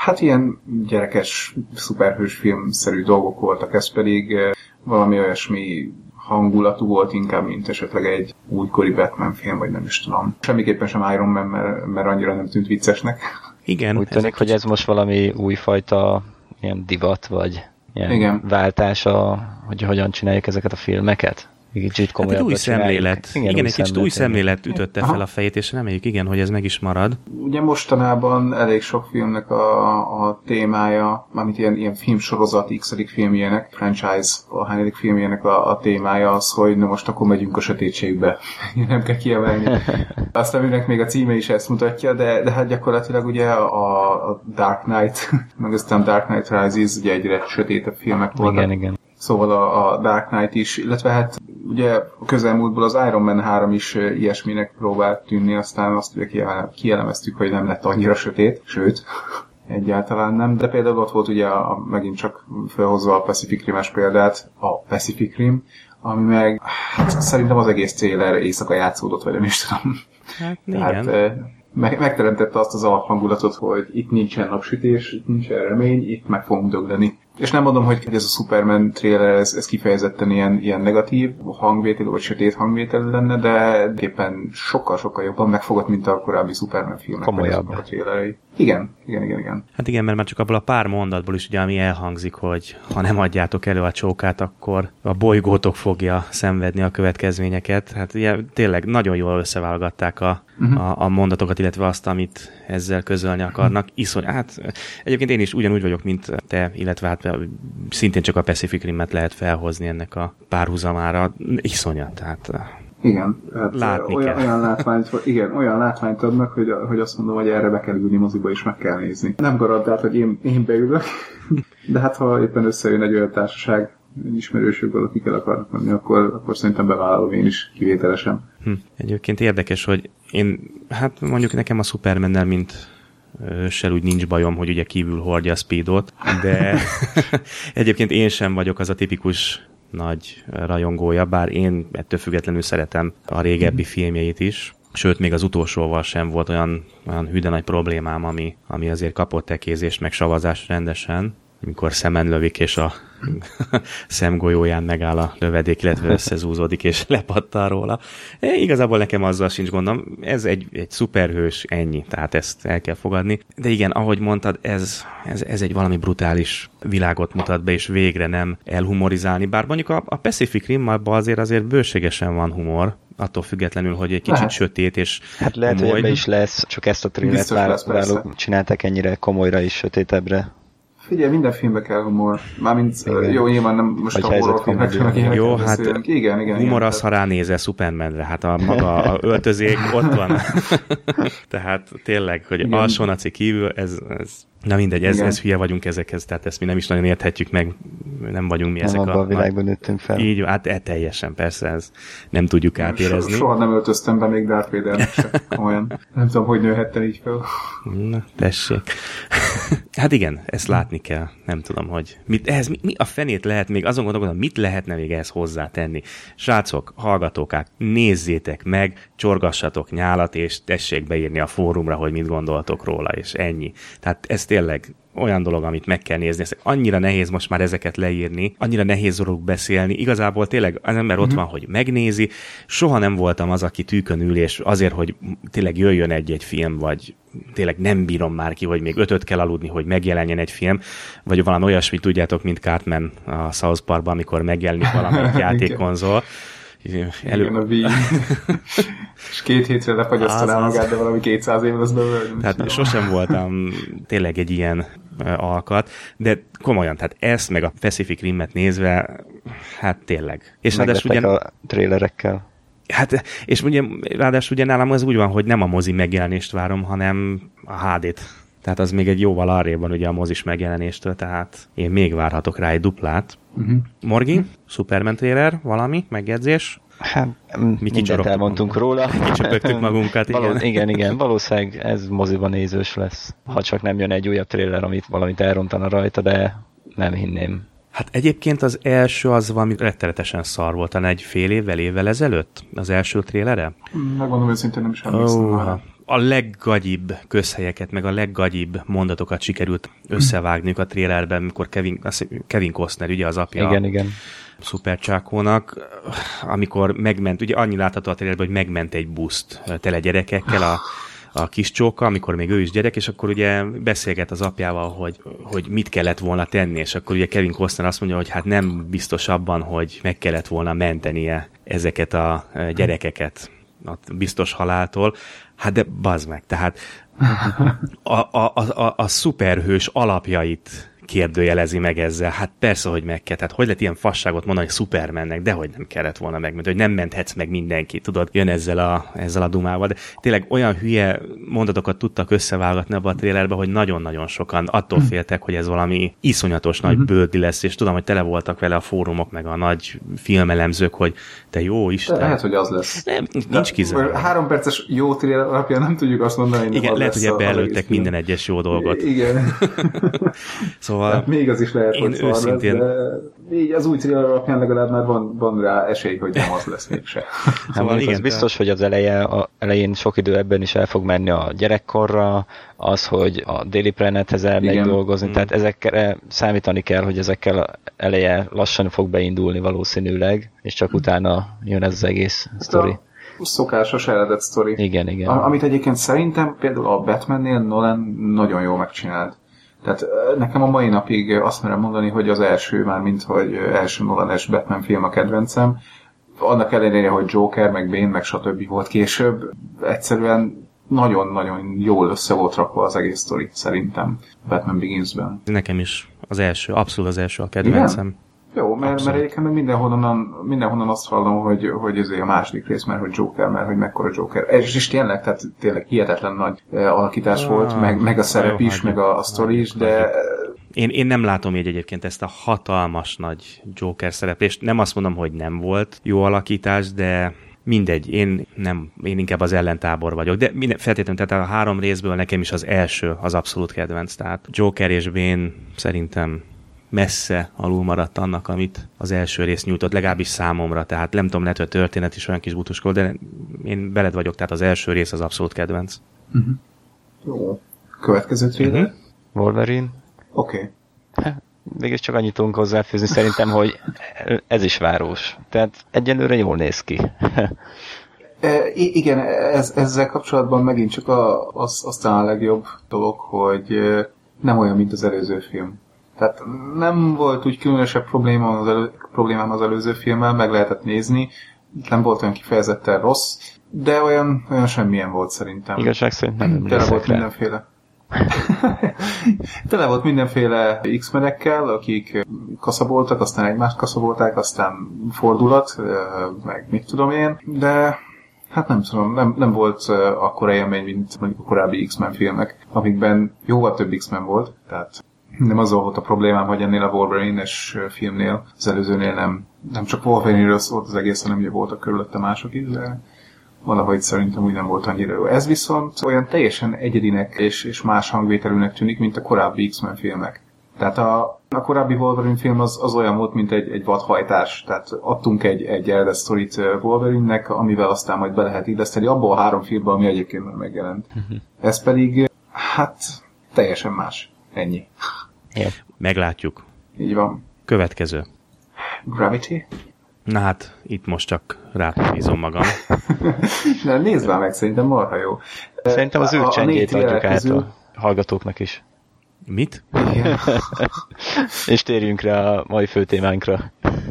gyerekes, szuperhős filmszerű dolgok voltak, ez pedig valami olyasmi hangulatú volt inkább, mint esetleg egy újkori Batman film, vagy nem is tudom. Semmiképpen sem Iron Man, mert annyira nem tűnt viccesnek. Igen. Úgy tűnik, hogy ez most valami újfajta ilyen divat, vagy ilyen váltás, hogy hogyan csináljuk ezeket a filmeket. Kicsit komolyabb. Hát egy új szemlélet. Igen, egy kicsit új szemlélet ütötte fel a fejét, és reméljük, igen, hogy ez meg is marad. Ugye mostanában elég sok filmnek a témája, mármint ilyen filmsorozat, x-edik filmjének, franchise, a hányadik filmjének a témája az, hogy na most akkor megyünk a sötétségbe. Nem kell kiemelni. Aztán mindenek még a címe is ezt mutatja, de hát gyakorlatilag ugye a Dark Knight, meg aztán Dark Knight Rises, ugye egyre sötétebb filmek voltak. Igen. Szóval a Dark Knight is, illetve hát ugye a közelmúltból az Iron Man 3 is ilyesminek próbált tűnni, aztán azt ugye kielemeztük, hogy nem lett annyira sötét, sőt, egyáltalán nem. De például ott volt ugye megint csak felhozva a Pacific Rim-es példát, a Pacific Rim, ami meg hát, szerintem az egész trailer éjszaka játszódott, vagy nem is tudom. Hát tehát, megteremtette azt az alaphangulatot, hogy itt nincsen napsütés, itt nincsen remény, itt meg fogunk dögleni. És nem mondom, hogy ez a Superman trailer, ez kifejezetten ilyen negatív hangvételű, vagy sötét hangvételű lenne, de éppen sokkal-sokkal jobban megfogott, mint a korábbi Superman filmek. Komolyabb. A trailerei. Igen. Hát igen, mert már csak abból a pár mondatból is ugye, ami elhangzik, hogy ha nem adjátok elő a csókát, akkor a bolygótok fogja szenvedni a következményeket. Hát ugye tényleg nagyon jól összeválogatták a mondatokat, illetve azt, amit ezzel közölni akarnak. Hát egyébként én is ugyanúgy vagyok, mint te, illetve hát szintén csak a Pacific Rim-et lehet felhozni ennek a párhuzamára. Iszonyat, tehát... Igen, hát látni kell. Olyan látványt adnak, hogy azt mondom, hogy erre be kell ülni moziba, és meg kell nézni. Nem garantált, hogy én beülök, de hát ha éppen összejön egy olyan társaság, ismerősökből, akik el akarnak menni, akkor szerintem bevállalom én is kivételesen. Egyébként érdekes, hogy hát mondjuk nekem a Supermannel, mint őssel úgy nincs bajom, hogy ugye kívül hordja a speedot, de egyébként én sem vagyok az a tipikus nagy rajongója, bár én ettől függetlenül szeretem a régebbi filmjeit is. Sőt, még az utolsóval sem volt olyan hűde nagy problémám, ami azért kapott tekézést, meg savazást rendesen, amikor szemen lövik, és a szemgolyóján megáll a lövedék, illetve összezúzódik, és lepattan róla. Igazából nekem azzal sincs gondom. Ez egy szuperhős, ennyi, tehát ezt el kell fogadni. De igen, ahogy mondtad, ez egy valami brutális világot mutat be, és végre nem elhumorizálni. Bár mondjuk a Pacific Rim-ban azért bőségesen van humor, attól függetlenül, hogy egy kicsit sötét és hát lehet, hogy ebbe is lesz, csak ezt a thrillert csinálták ennyire komolyra és sötétebbre. Figyelj, minden filmbe kell humor. Mármint, jó, nyilván nem most a horrorfilmekről. Jó, hát igen, humor az, ha ránézel Supermanre, hát maga a öltözék ott van. Tehát tényleg, hogy alsónaci kívül, ez na mindegy, ez hülye vagyunk ezekhez, tehát ezt mi nem is nagyon érthetjük meg, nem vagyunk mi ezek a világban nőttünk fel. Így, hát teljesen, persze, ez nem tudjuk átérezni. Soha nem öltöztem be még Darth Vadernek se, komolyan. Nem tudom, hogy nőhettem így fel. Na, tessék. Hát igen, ezt látni kell. Nem tudom, hogy mi a fenét lehet még, azon gondolkodom, mit lehetne még ehhez hozzátenni. Srácok, hallgatók, nézzétek meg, csorgassatok nyálat, és tessék beírni a fórumra, hogy mit gondoltok róla, és ennyi. Tehát ez tényleg olyan dolog, amit meg kell nézni. Ez annyira nehéz most már ezeket leírni, annyira nehéz róluk beszélni. Igazából tényleg az ember ott van, hogy megnézi. Soha nem voltam az, aki tűkön ül, és azért, hogy tényleg jöjjön egy film, vagy tényleg nem bírom már ki, hogy még 5 kell aludni, hogy megjelenjen egy film, vagy valami olyasmit, tudjátok, mint Cartman a South Parkban, amikor megjelenik valamelyik játékkonzol. Igen, a Wii. És 2 hétre lefagyasztaná magát, de valami 200 év lesz belőle. Tehát sosem voltam tényleg egy ilyen alkat, de komolyan, tehát ezt meg a Pacific Rim-et nézve, hát tényleg. És ráadásul ugye a trailerekkel. Hát, és ugye, ráadásul ugye nálam az úgy van, hogy nem a mozi megjelenést várom, hanem a HD-t. Tehát az még egy jóval arrébb van ugye a mozis megjelenéstől, tehát én még várhatok rá egy duplát. Morgi, Superman trailer, valami, megjegyzés? Hát, mindent elmondtunk róla. Kicsöpögtük magunkat, igen. Igen. Valószínűleg ez moziban nézős lesz. Ha csak nem jön egy újabb trailer, amit valamit elrontana rajta, de nem hinném. Hát egyébként az első az valami rettenetesen szar volt, talán egy fél évvel ezelőtt az első trélere. Megmondom, hogy szintén nem is emlékszem. A leggagyibb közhelyeket, meg a leggagyibb mondatokat sikerült összevágniuk a trélerben, amikor Kevin Costner, ugye az apja. Igen. Szupercsákónak, amikor megment, ugye annyi látható a trailerben, hogy megment egy buszt tele gyerekekkel a kis csóka, amikor még ő is gyerek, és akkor ugye beszélget az apjával, hogy mit kellett volna tenni, és akkor ugye Kevin Costner azt mondja, hogy hát nem biztos abban, hogy meg kellett volna mentenie ezeket a gyerekeket a biztos haláltól. Hát de bazd meg, tehát a szuperhős alapjait kérdőjelezi meg ezzel. Hát persze, hogy meg kell. Tehát hogy lehet ilyen fasságot mondani Supermannek, de hogy nem kellett volna megmenteni, hogy nem menthetsz meg mindenki, tudod, jön ezzel a dumával. De tényleg olyan hülye mondatokat tudtak összevágatni abba a trélerbe, hogy nagyon-nagyon sokan attól féltek, hogy ez valami iszonyatos nagy bőrdi lesz, és tudom, hogy tele voltak vele a fórumok, meg a nagy filmelemzők, hogy te jó Isten. Lehet, hogy az lesz. Nem, nincs kizárva. 3 perces jó tréler alapján nem tudjuk azt mondani, hogy igen, lehet, hogy ebbe előttek minden egyes jó dolgot. Igen. Szóval hát még az is lehet, hogy szar őszintén... lesz, de így az új trailer alapján legalább már van rá esély, hogy nem az lesz mégse. Szóval igen, az biztos, hogy az elején sok idő ebben is el fog menni a gyerekkorra, az, hogy a Daily Planethez elmegy dolgozni, tehát ezekre számítani kell, hogy ezekkel eleje lassan fog beindulni valószínűleg, és csak utána jön ez az egész sztori. Szokásos eredet sztori. Igen. Amit egyébként szerintem például a Batmannél Nolan nagyon jól megcsinált. Tehát nekem a mai napig azt merem mondani, hogy az első már, mint hogy első Nolan-es Batman film a kedvencem. Annak ellenére, hogy Joker, meg Bane, meg stb. Volt később, egyszerűen nagyon-nagyon jól össze volt rakva az egész sztori, szerintem Batman Begins-ben. Nekem is az első, abszolút az első a kedvencem. Igen? Jó, mert egyébként mindenhonnan azt hallom, hogy ezért a második rész, mert hogy Joker, mert hogy mekkora Joker. Ez is tényleg hihetetlen nagy alakítás volt, meg a szerep is, meg a sztori is, de... Én nem látom így egyébként ezt a hatalmas nagy Joker szereplést. Nem azt mondom, hogy nem volt jó alakítás, de mindegy, én inkább az ellentábor vagyok. De feltétlenül, tehát a 3 részből nekem is az első az abszolút kedvenc. Tehát Joker és Bane szerintem messze alul maradt annak, amit az első rész nyújtott, legalábbis számomra. Tehát nem tudom, lehet, hogy a történet is olyan kis butuskol, de én veled vagyok, tehát az első rész az abszolút kedvenc. Jó. Következő trailer? Wolverine. Oké. Mégis csak annyit tudunk hozzáfűzni szerintem, hogy ez is város. Tehát egyenlőre jól néz ki. Igen, ezzel kapcsolatban megint csak aztán a legjobb dolog, hogy nem olyan, mint az előző film. Tehát nem volt úgy különösebb problémám az előző filmmel, meg lehetett nézni, nem volt olyan kifejezetten rossz, de olyan semmilyen volt szerintem. Igazság szerint nem Tele volt mindenféle. Tele volt mindenféle X-menekkel, akik kaszaboltak, aztán egymást kaszabolták, aztán fordulat, meg mit tudom én, de hát nem tudom, nem volt akkora élmény, mint mondjuk a korábbi X-Men filmek, amikben jóval több X-Men volt, tehát nem azzal volt a problémám, hogy ennél a Wolverine-es filmnél, az előzőnél nem csak Wolverine-ről szólt az egész, hanem ugye voltak körülötte mások is, de valahogy szerintem úgy nem volt annyira jó. Ez viszont olyan teljesen egyedinek és más hangvételűnek tűnik, mint a korábbi X-Men filmek. Tehát a korábbi Wolverine film az olyan volt, mint egy vadhajtás. Tehát adtunk egy eredet sztorit Wolverine-nek, amivel aztán majd be lehet illeszteni abból a 3 filmben, ami egyébként már megjelent. Ez pedig, hát, teljesen más. Ennyi. Yeah. Meglátjuk. Így van. Következő. Gravity? Na hát, itt most csak rábízom magam. Na, nézd már meg, szerintem marha jó. Szerintem az ő csendjét adjuk át a hallgatóknak is. Mit? Igen. És térjünk rá a mai főtémánkra.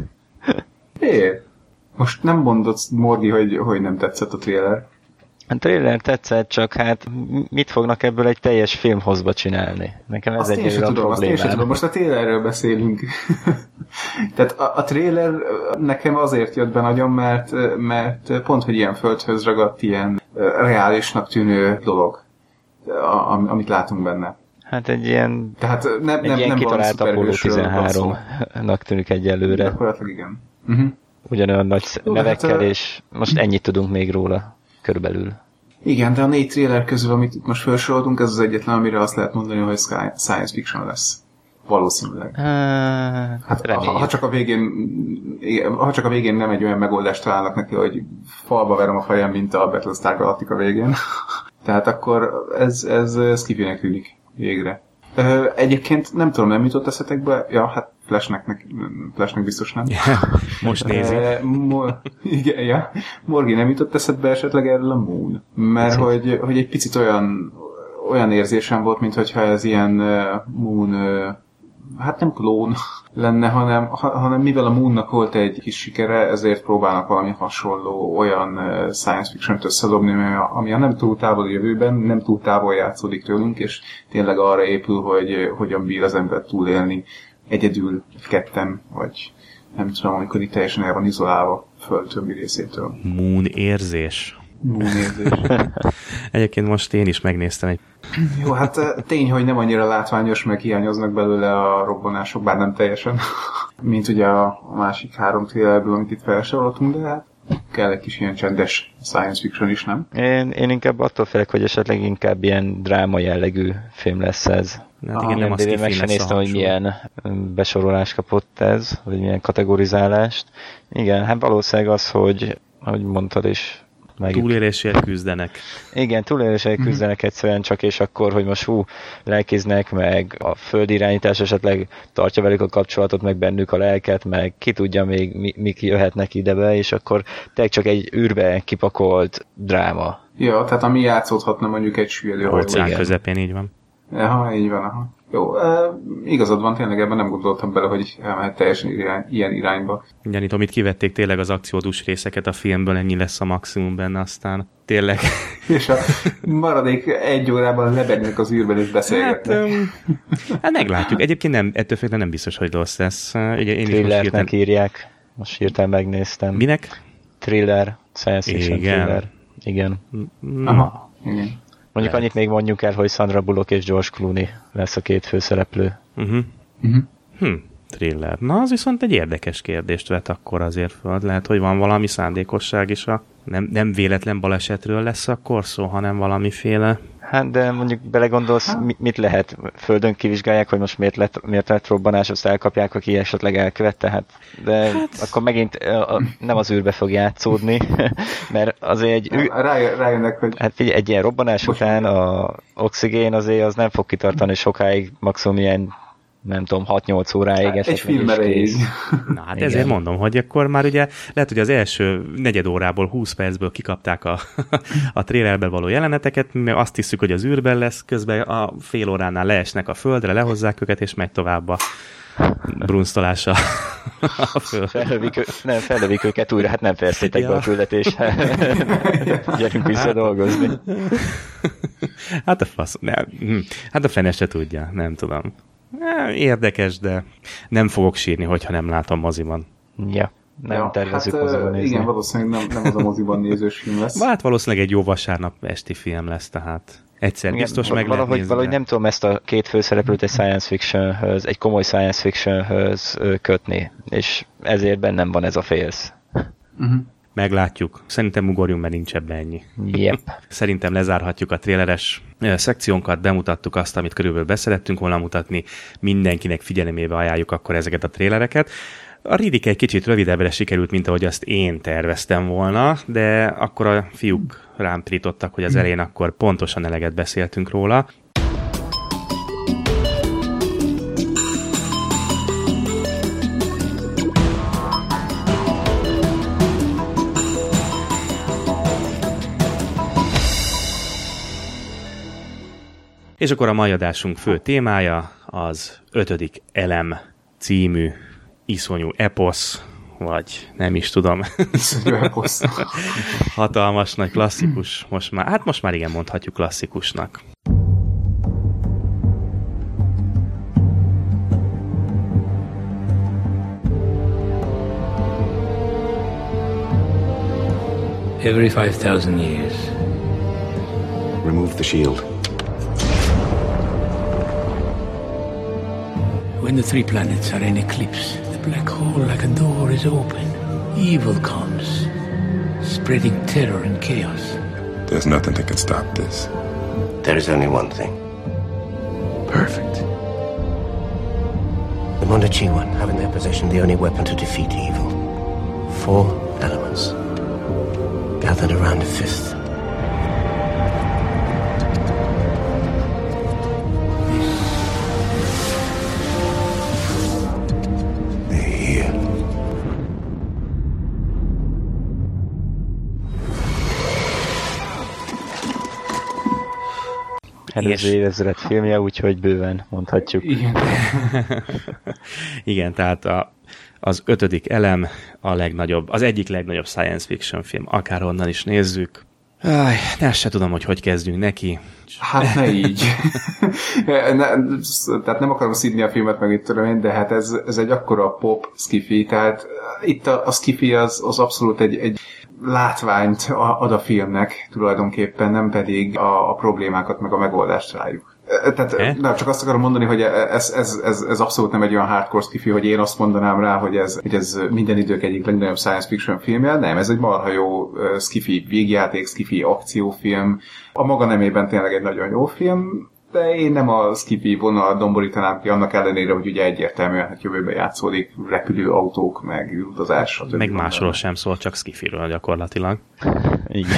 Most nem mondod, Morgi, hogy nem tetszett a trailer. A trailer tetszett, csak hát mit fognak ebből egy teljes filmhozba csinálni? Nekem ez egy olyan problémám. Most a trailerről beszélünk. Tehát a trailer nekem azért jött be nagyon, mert pont, hogy ilyen földhöz ragadt, ilyen reálisnak tűnő dolog, amit látunk benne. Hát egy ilyen, tehát nem kitalált Apollo 13-nak tűnik egyelőre. Gyakorlatilag igen. ugyanolyan nagy nevekkel, és most ennyit tudunk még róla körülbelül. Igen, de a 4 trailer közül, amit itt most felsoroltunk, ez az egyetlen, amire azt lehet mondani, hogy science fiction lesz. Valószínűleg. Hát, ha csak a végén nem egy olyan megoldást találnak neki, hogy falba verem a fejem, mint a Battlestar Galactica végén. Tehát akkor ez kifinek tűnik végre. Egyébként nem tudom, nem jutott eszetekbe? Ja, hát Flashnek biztos nem. Yeah, most nézi. Igen, ja. Morgi, nem jutott eszedbe esetleg erről a Moon? Mert hogy egy picit olyan érzésem volt, mintha ez ilyen Moon, hát nem klón lenne, hanem mivel a Moonnak volt egy kis sikere, ezért próbálnak valami hasonló olyan science fiction-t összedobni, ami a nem túl távoli jövőben, nem túl távol játszódik tőlünk, és tényleg arra épül, hogy hogyan bír az ember túlélni egyedül, ketten, vagy nem tudom, amikor itt teljesen el van izolálva föld többi részétől. Moon érzés. Egyébként most én is megnéztem egy... Jó, hát tény, hogy nem annyira látványos, meg hiányoznak belőle a robbanások, bár nem teljesen, mint ugye a másik 3 trailerből, amit itt felsoroltunk, de hát kell egy kis ilyen csendes science fiction is, nem? Én inkább attól félek, hogy esetleg inkább ilyen dráma jellegű film lesz ez. Hát igen, nem azt meg sem néztem, hogy milyen besorolást kapott ez, vagy milyen kategorizálást. Igen, hát valószínűleg az, hogy ahogy mondtad is, túlélésért küzdenek. Igen, túlélésért küzdenek egyszerűen csak, és akkor, hogy most lelkiznek, meg a földirányítás esetleg tartja velük a kapcsolatot, meg bennük a lelket, meg ki tudja még mik jöhetnek idebe, és akkor tényleg csak egy űrbe kipakolt dráma. Ja, tehát ami játszódhatna mondjuk egy süllyedő óceán közepén, így van. Aha, így van, aha. Jó, igazad van, tényleg ebben nem gondoltam bele, hogy elmehet teljesen ilyen irányba. Gyanítom, itt kivették tényleg az akciódús részeket a filmből, ennyi lesz a maximum benne, aztán tényleg. És a maradék 1 órában lebegnek az űrben és beszélgetnek. Hát meglátjuk. Egyébként ettől félre nem biztos, hogy rossz lesz. Thrillernek írják. Most hirtelen megnéztem. Minek? Thriller, science fiction thriller. Igen. Aha, igen. Mondjuk annyit még mondjuk el, hogy Sandra Bullock és George Clooney lesz a 2 főszereplő. Thriller. Na, az viszont egy érdekes kérdést vet akkor azért föl. Lehet, hogy van valami szándékosság is, nem véletlen balesetről lesz akkor szó, hanem valamiféle... Hát, de mondjuk belegondolsz, mit lehet? Földön kivizsgálják, hogy most miért lett robbanás, azt elkapják, aki esetleg elkövette, de akkor megint nem az űrbe fog játszódni, mert azért rájönnek, hogy... Hát figyelj, egy ilyen robbanás után a oxigén azért az nem fog kitartani sokáig, maximum ilyen nem tudom, 6-8 óráig egy film erejéig. Na hát igen. Ezért mondom, hogy akkor már ugye lehet, hogy az első negyed órából 20 percből kikapták a trailerben való jeleneteket, mert azt hiszük, hogy az űrben lesz, közben a fél óránál leesnek a földre, lehozzák őket, és megy tovább a brunsztolása a föld. Fellövik őket újra, hát nem fejeztétek be a küldetést. Gyerünk vissza dolgozni. Hát a fasz, hát a fene se tudja, nem tudom. Érdekes, de nem fogok sírni, hogyha nem látom moziban. Ja, nem tervezzük moziban nézni. Igen, valószínűleg nem az a moziban nézős film lesz. Hát valószínűleg egy jó vasárnap esti film lesz, tehát egyszer igen, biztos meg lehet nézni. Valahogy nem tudom ezt a 2 főszereplőt egy science fictionhöz, egy komoly science fictionhöz kötni, és ezért bennem van ez a félsz. Meglátjuk. Szerintem ugorjunk, mert nincs ebben ennyi. Yep. Szerintem lezárhatjuk a tréleres szekciónkat, bemutattuk azt, amit körülbelül beszerettünk volna mutatni. Mindenkinek figyelemébe ajánljuk akkor ezeket a trélereket. A Riddick egy kicsit rövidebbre sikerült, mint ahogy azt én terveztem volna, de akkor a fiúk rám pirítottak, hogy az elején akkor pontosan eleget beszéltünk róla. És akkor a mai adásunk fő témája az 5. elem című iszonyú eposz, vagy nem is tudom. Iszonyú eposz. Hatalmas nagy klasszikus, most már igen mondhatjuk klasszikusnak. Every 5,000 years. Remove the shield. When the 3 planets are in eclipse, the black hole like a door is open. evil comes, spreading terror and chaos. There's nothing that can stop this. There is only one thing. Perfect. The Mondachihwan have in their possession the only weapon to defeat evil. 4 elements, gathered around a 5th. Előző évezred filmje, úgyhogy bőven mondhatjuk. Igen. Igen, tehát az 5. elem a legnagyobb, az egyik legnagyobb science fiction film, akárhonnan is nézzük. Ezt se tudom, hogy kezdjünk neki. Hát ne így. Tehát nem akarom szídni a filmet, meg itt tudom én, de hát ez egy akkora pop skifi, tehát itt a skifi az abszolút egy látványt ad a filmnek tulajdonképpen, nem pedig a problémákat meg a megoldást rájuk. Tehát csak azt akarom mondani, hogy ez abszolút nem egy olyan hardcore skifi, hogy én azt mondanám rá, hogy ez minden idők egyik legnagyobb science fiction filmje. Nem, ez egy marha jó skifi végjáték, skifi akciófilm. A maga nemében tényleg egy nagyon jó film, de én nem a skifi vonal domborítanám ki, annak ellenére, hogy ugye egyértelműen hát jövőben játszódik repülő autók, meg utazás. Meg másról sem szól, csak skifiről gyakorlatilag. Igen.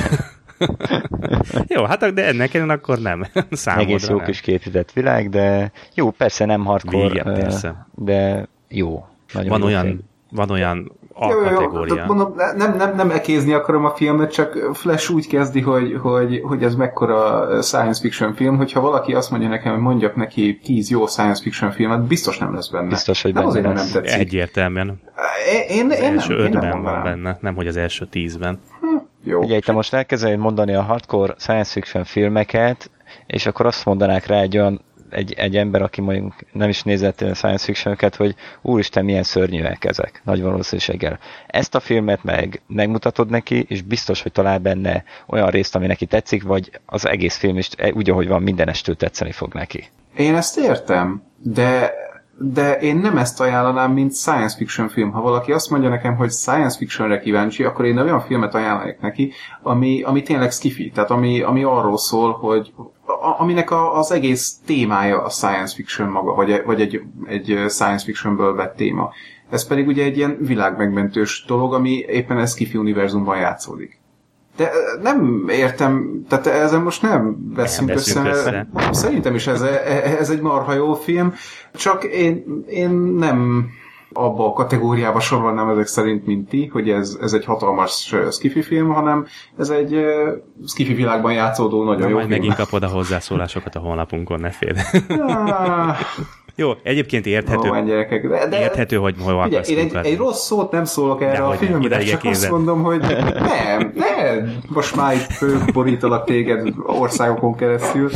Jó, hát de ennek ellen akkor nem. Számodra egész jó nem. kis képített világ, de jó, persze nem hardcore, Igen, persze. de jó. Nagyon Van olyan alkategória. Mondom, nem ekézni akarom a filmet, csak Flash úgy kezdi, hogy ez mekkora science fiction film, hogyha valaki azt mondja nekem, hogy mondjak neki 10 jó science fiction filmet, biztos nem lesz benne. Biztos, hogy nem benne azért, lesz. nem tetszik. Egyértelműen. Az első 5-ben van benne, nem hogy az első 10-ben. Jó. Ugye itt most elkezdeni mondani a hardcore science fiction filmeket, és akkor azt mondanák rá egy ember, aki mondjuk nem is nézett science fiction-öket, hogy úristen, milyen szörnyűek ezek, nagy valószínűséggel. Ezt a filmet megmutatod neki, és biztos, hogy talál benne olyan részt, ami neki tetszik, vagy az egész film is úgy, ahogy van, mindenestől tetszeni fog neki. Én ezt értem, de én nem ezt ajánlanám, mint science fiction film. Ha valaki azt mondja nekem, hogy science fictionre kíváncsi, akkor én olyan filmet ajánlanék neki, ami tényleg skifi, tehát ami arról szól, hogy aminek az egész témája a science fiction maga, vagy egy science fictionből vett téma. Ez pedig ugye egy ilyen világmegmentős dolog, ami éppen a skifi univerzumban játszódik. De nem értem, tehát ezen most nem veszünk össze. Szerintem is ez egy marha jó film, csak én nem abba a kategóriába sorolnám ezek szerint, mint ti, hogy ez egy hatalmas skifi film, hanem ez egy skifi világban játszódó nagyon jó film. Megint kapod a hozzászólásokat a honlapunkon, ne félj. Jó, egyébként érthető, érthető, hogy hol akarsz kiukadni. Egy rossz szót nem szólok erre a filmre, csak azt mondom, hogy nem, most már itt borítalak téged országokon keresztül.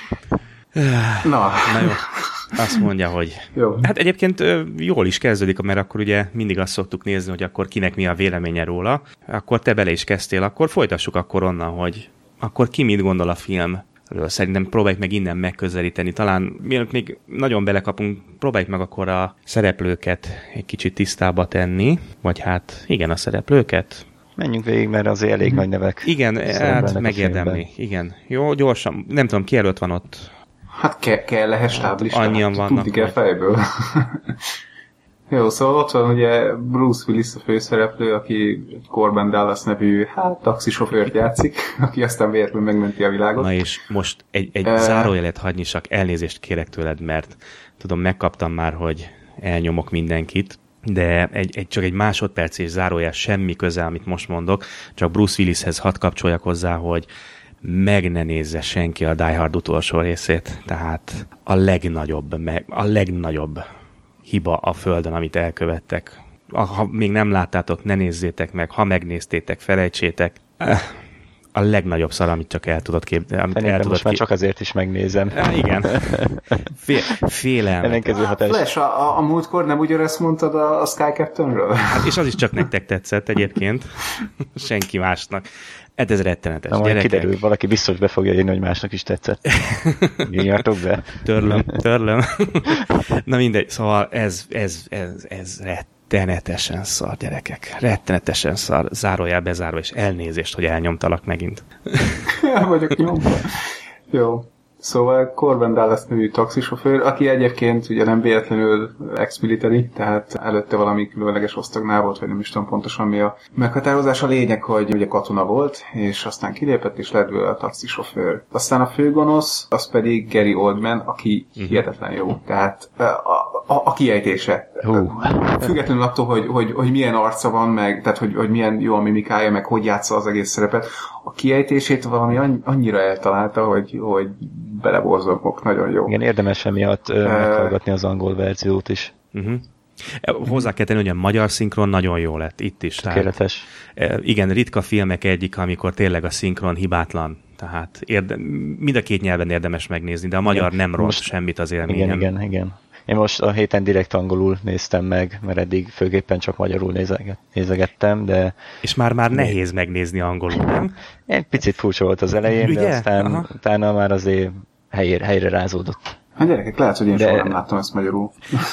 Na jó. Azt mondja, hogy... Jó. Hát egyébként jól is kezdődik, mert akkor ugye mindig azt szoktuk nézni, hogy akkor kinek mi a véleménye róla. Akkor te bele is kezdtél, akkor folytassuk akkor onnan, hogy akkor ki mit gondol a filmről. Szerintem próbáljuk meg innen megközelíteni. Talán mielőtt még nagyon belekapunk, próbáljuk meg akkor a szereplőket egy kicsit tisztába tenni. Vagy hát igen, a szereplőket. Menjünk végig, mert azért elég nagy nevek. Igen, hát megérdemli. Igen. Jó, gyorsan. Nem tudom, ki előtt van ott. Hát kell lehet stáblista. Annyian vannak. Tudni kell fejből. Jó, szóval ott van ugye Bruce Willis a főszereplő, aki Corbin Dallas nevű taxisofőrt játszik, aki aztán véletlenül megmenti a világot. Na és most egy zárójelet hagyni, csak elnézést kérek tőled, mert tudom, megkaptam már, hogy elnyomok mindenkit, de csak egy másodperc és zárójel semmi köze, amit most mondok, csak Bruce Willishez hadd kapcsoljak hozzá, hogy meg ne nézze senki a Die Hard utolsó részét, tehát a legnagyobb hiba a Földön, amit elkövettek. Ha még nem láttátok, ne nézzétek meg, ha megnéztétek, felejtsétek. A legnagyobb szar, amit csak el tudod képzelni. Most már csak azért is megnézem. Igen. Félelmet. Flash, a múltkor nem ugyanezt mondtad a Sky Captainről? Hát és az is csak nektek tetszett egyébként. Senki másnak. Ez rettenetes. Na, majd kiderül, valaki biztos be fogja írni, hogy másnak is tetszett. Írjátok be. Törlöm. Na mindegy, szóval ez rettenetesen szar, gyerekek. Rettenetesen szar. Zárójel bezárva, és elnézést, hogy elnyomtalak megint. El vagyok nyomva. Jó. Szóval Corbin Dallas nevű taxisofőr, aki egyébként ugye nem véletlenül ex-military, tehát előtte valami különleges osztagnál volt, vagy nem is tudom pontosan mi a meghatározás. A lényeg, hogy ugye katona volt, és aztán kilépett, és lett a taxisofőr. Aztán a főgonosz, az pedig Gary Oldman, aki hihetetlen jó. Tehát a kiejtése. Függetlenül attól, hogy milyen arca van, meg, tehát hogy milyen jó a mimikája, meg hogy játsza az egész szerepet, a kiejtését valami annyira eltalálta, hogy beleborzolok, nagyon jó. Igen, érdemes emiatt meghallgatni az angol verziót is. Hozzá kell tenni, hogy a magyar szinkron nagyon jó lett itt is. Tökéletes. Igen, ritka filmek egyik, amikor tényleg a szinkron hibátlan. Tehát mind a két nyelven érdemes megnézni, de a magyar nem rossz semmit az élményen. Igen. Én most a héten direkt angolul néztem meg, mert eddig főképpen csak magyarul nézegettem, de... És már nehéz megnézni angolul, nem? Egy picit furcsa volt az elején, ugye? De aztán utána már azért helyre rázódott. Hát gyerekek, lehet, hogy én soha nem láttam ezt magyarul.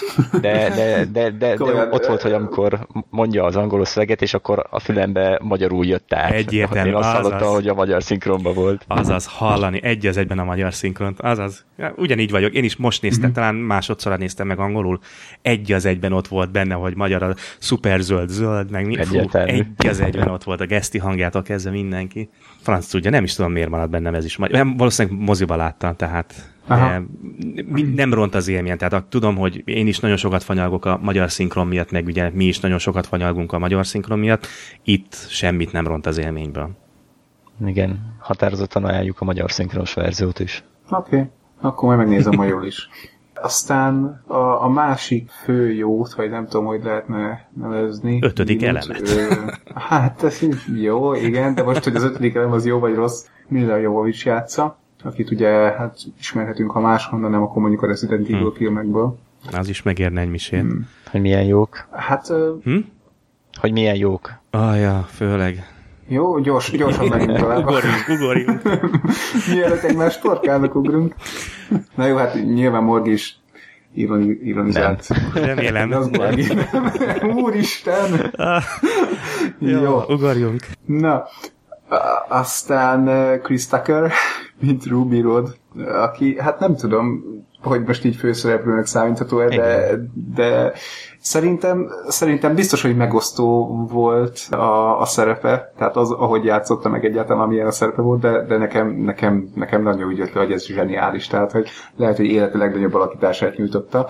De ott volt, hogy amikor mondja az angol szöveget, és akkor a fülembe magyarul jött át. Egyértelmű. Én azt hallottam, hogy a magyar szinkronban volt. Azaz, hallani egy az egyben a magyar szinkront. Azaz. Ugyanígy vagyok. Én is most néztem, talán másodszorra néztem meg angolul. Egy az egyben ott volt benne, hogy magyar a szuper zöld, meg mi. Egy az egyben ott volt a geszti hangjától kezdve mindenki. Franc tudja, nem is tudom, miért maradt bennem ez is. Valószínűleg moziba láttam, tehát... De nem ront az élmény. Tehát tudom, hogy én is nagyon sokat fanyalgok a magyar szinkron miatt, meg ugye mi is nagyon sokat fanyalgunk a magyar szinkron miatt. Itt semmit nem ront az élményből. Igen, határozottan ajánljuk a magyar szinkronos verziót is. Oké, akkor majd megnézem magyarul is. Aztán a másik fő jót, vagy nem tudom, hogy lehetne nevezni. 5. elemet. Hát ez jó, igen, de most, hogy az 5. elem az jó vagy rossz, Milla Jovovich játsza, akit ugye hát ismerhetünk, ha máshonnan, nem akkor mondjuk a Resident Evil filmekből. Az is megérne egy misét. Hogy milyen jók. Hát... Hogy milyen jók. Ja, főleg. Jó, gyorsan menjünk tovább. Ugorjunk. Mielőtt egymást torkálnak ugrunk. Na jó, hát nyilván Morgi is ironizált. Remélem. Úristen! Jó, ugorjunk. Na, aztán Chris Tucker, mint Ruby Rhod, aki, hát nem tudom, hogy most így főszereplőnek számítható-e, de szerintem biztos, hogy megosztó volt a szerepe, tehát az, ahogy játszotta meg egyáltalán, amilyen a szerepe volt, de nekem nagyon úgy jött le, hogy ez zseniális, tehát hogy lehet, hogy élete legnagyobb alakítását nyújtotta.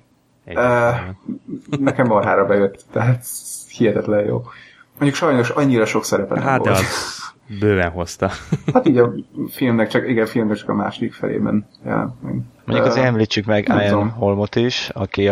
Nekem marhára bejött, tehát hihetetlen jó. Mondjuk sajnos annyira sok szerepe nem volt. Hát de az bőven hozta. Hát így a filmnek csak a második felében jelent meg. Mondjuk azért említsük meg Ian Holmot is, aki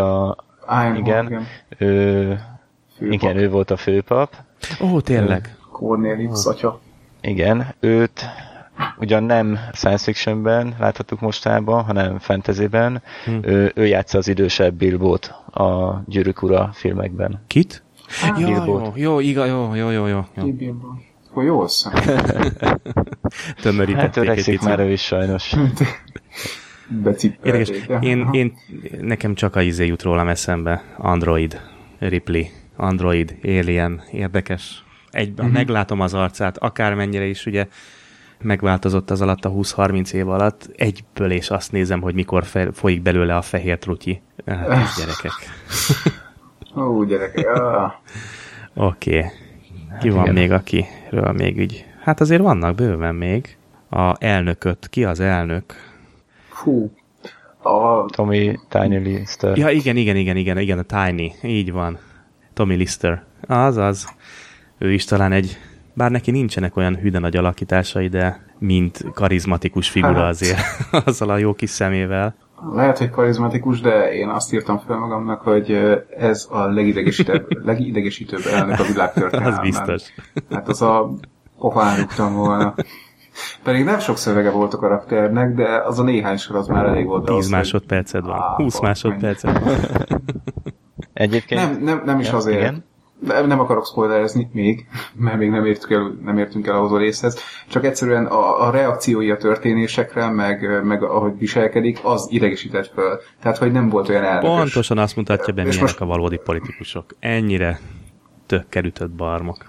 ő volt a főpap. Ó, tényleg. Cornelius atya. Igen, őt ugyan nem science fictionben láthattuk mostában, hanem fantasyben. Ő játsza az idősebb Bilbót a Gyűrűk Ura filmekben. Kit? Jó. Akkor jó össze. Tömörítették hát öregszik már ő is sajnos. Érdekes. Nekem csak a jut rólam eszembe. Android, Ripley, Android, Alien, érdekes. Meglátom az arcát, akármennyire is ugye megváltozott az alatt a 20-30 év alatt, egyből és azt nézem, hogy mikor folyik belőle a fehér trutyi. Hát, gyerekek. Ó, gyerekek. Oké. Ki van még, akiről még így? Hát azért vannak bőven még. A elnököt. Ki az elnök? Fú. Tommy Tiny Lister. Ja, igen, a Tiny. Így van. Tommy Lister. Azaz. Ő is talán bár neki nincsenek olyan hűde nagy alakításai, de mint karizmatikus figura azért. Azzal a jó kis szemével. Lehet, hogy karizmatikus, de én azt írtam fel magamnak, hogy ez a legidegesítőbb elnök a világtörténelemben. Az biztos. Hát az a pofán rúgtam volna. Pedig nem sok szövege volt a karakternek, de az a néhány sor az már elég volt. 10 másodperced van. 20 másodperced van. Egyébként... Nem is azért. Igen? Nem akarok spoilerezni még, mert még nem értünk el ahhoz a részhez, csak egyszerűen a reakciói a történésekre, meg ahogy viselkedik, az idegesített föl. Tehát, hogy nem volt olyan elnökös. Pontosan azt mutatja be, milyenek most a valódi politikusok. Ennyire tökkel ütött barmok.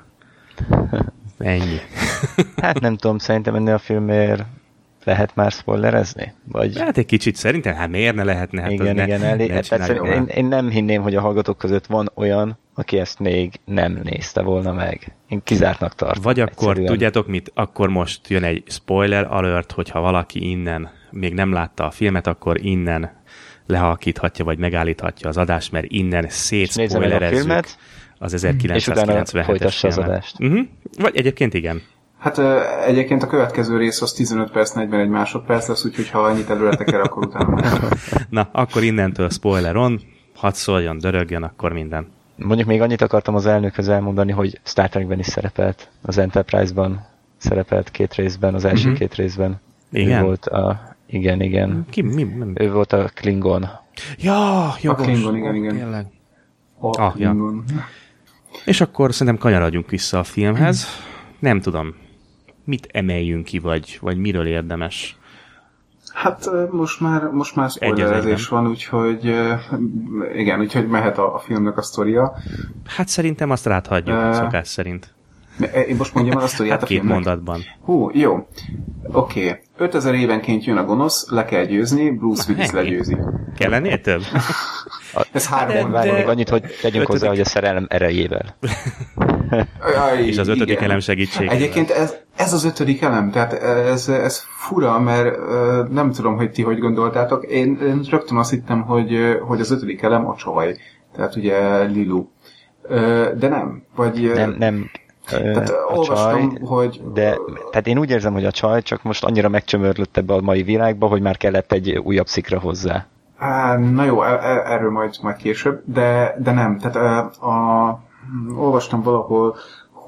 Ennyi. Hát nem tudom, szerintem ennél a filmért lehet már spoilerezni? Vagy... Hát egy kicsit szerintem, hát miért ne lehetne? Hát igen. Én nem hinném, hogy a hallgatók között van olyan, aki ezt még nem nézte volna meg. Én kizártnak tartom. Vagy akkor, egyszerűen. Tudjátok mit? Akkor most jön egy spoiler alert, hogyha valaki innen még nem látta a filmet, akkor innen lehalkíthatja, vagy megállíthatja az adást, mert innen szétszpoilerezzük az 1997-es filmet. Vagy egyébként igen. Hát egyébként a következő rész az 15 perc, 41 másodperc lesz, úgyhogy ha annyit előre teker, akkor utána. Na, akkor innentől spoiler on, hadd szóljon, dörögjön, akkor minden. Mondjuk még annyit akartam az elnökhöz elmondani, hogy Star Trekben is szerepelt, az Enterprise-ban szerepelt 2 részben, az első 2 részben. Igen? Ő volt igen. Ki? Mi? Ő volt a Klingon. Ja, jogos. A Klingon, igen. A Klingon. Ja. És akkor szerintem kanyarodjunk vissza a filmhez. Nem tudom, mit emeljünk ki, vagy miről érdemes? Hát most már spoilerezés van, úgyhogy igen, úgyhogy mehet a filmnek a sztoria. Hát szerintem azt ráthagyjuk, szokás szerint. Én most mondjam el a sztoriát a filmnek? 2 mondatban. Jó. Oké. 5000 évenként jön a gonosz, le kell győzni, Bruce Willis legyőzi. Kell lennél több? Ez 3 mondat. Még annyit, hogy tegyünk hozzá, hogy a szerelem erejével. És az 5. elem segítségével. Egyébként ez az 5. elem, tehát ez fura, mert nem tudom, hogy ti hogy gondoltátok. Én rögtön azt hittem, hogy az 5. elem a csaj. Tehát ugye Lilu. De nem. Vagy... Nem. Tehát olvastam, hogy... Tehát én úgy érzem, hogy a csaj csak most annyira megcsömörlött ebbe a mai világba, hogy már kellett egy újabb szikra hozzá. Na jó, erről majd később, de nem. Tehát olvastam valahol,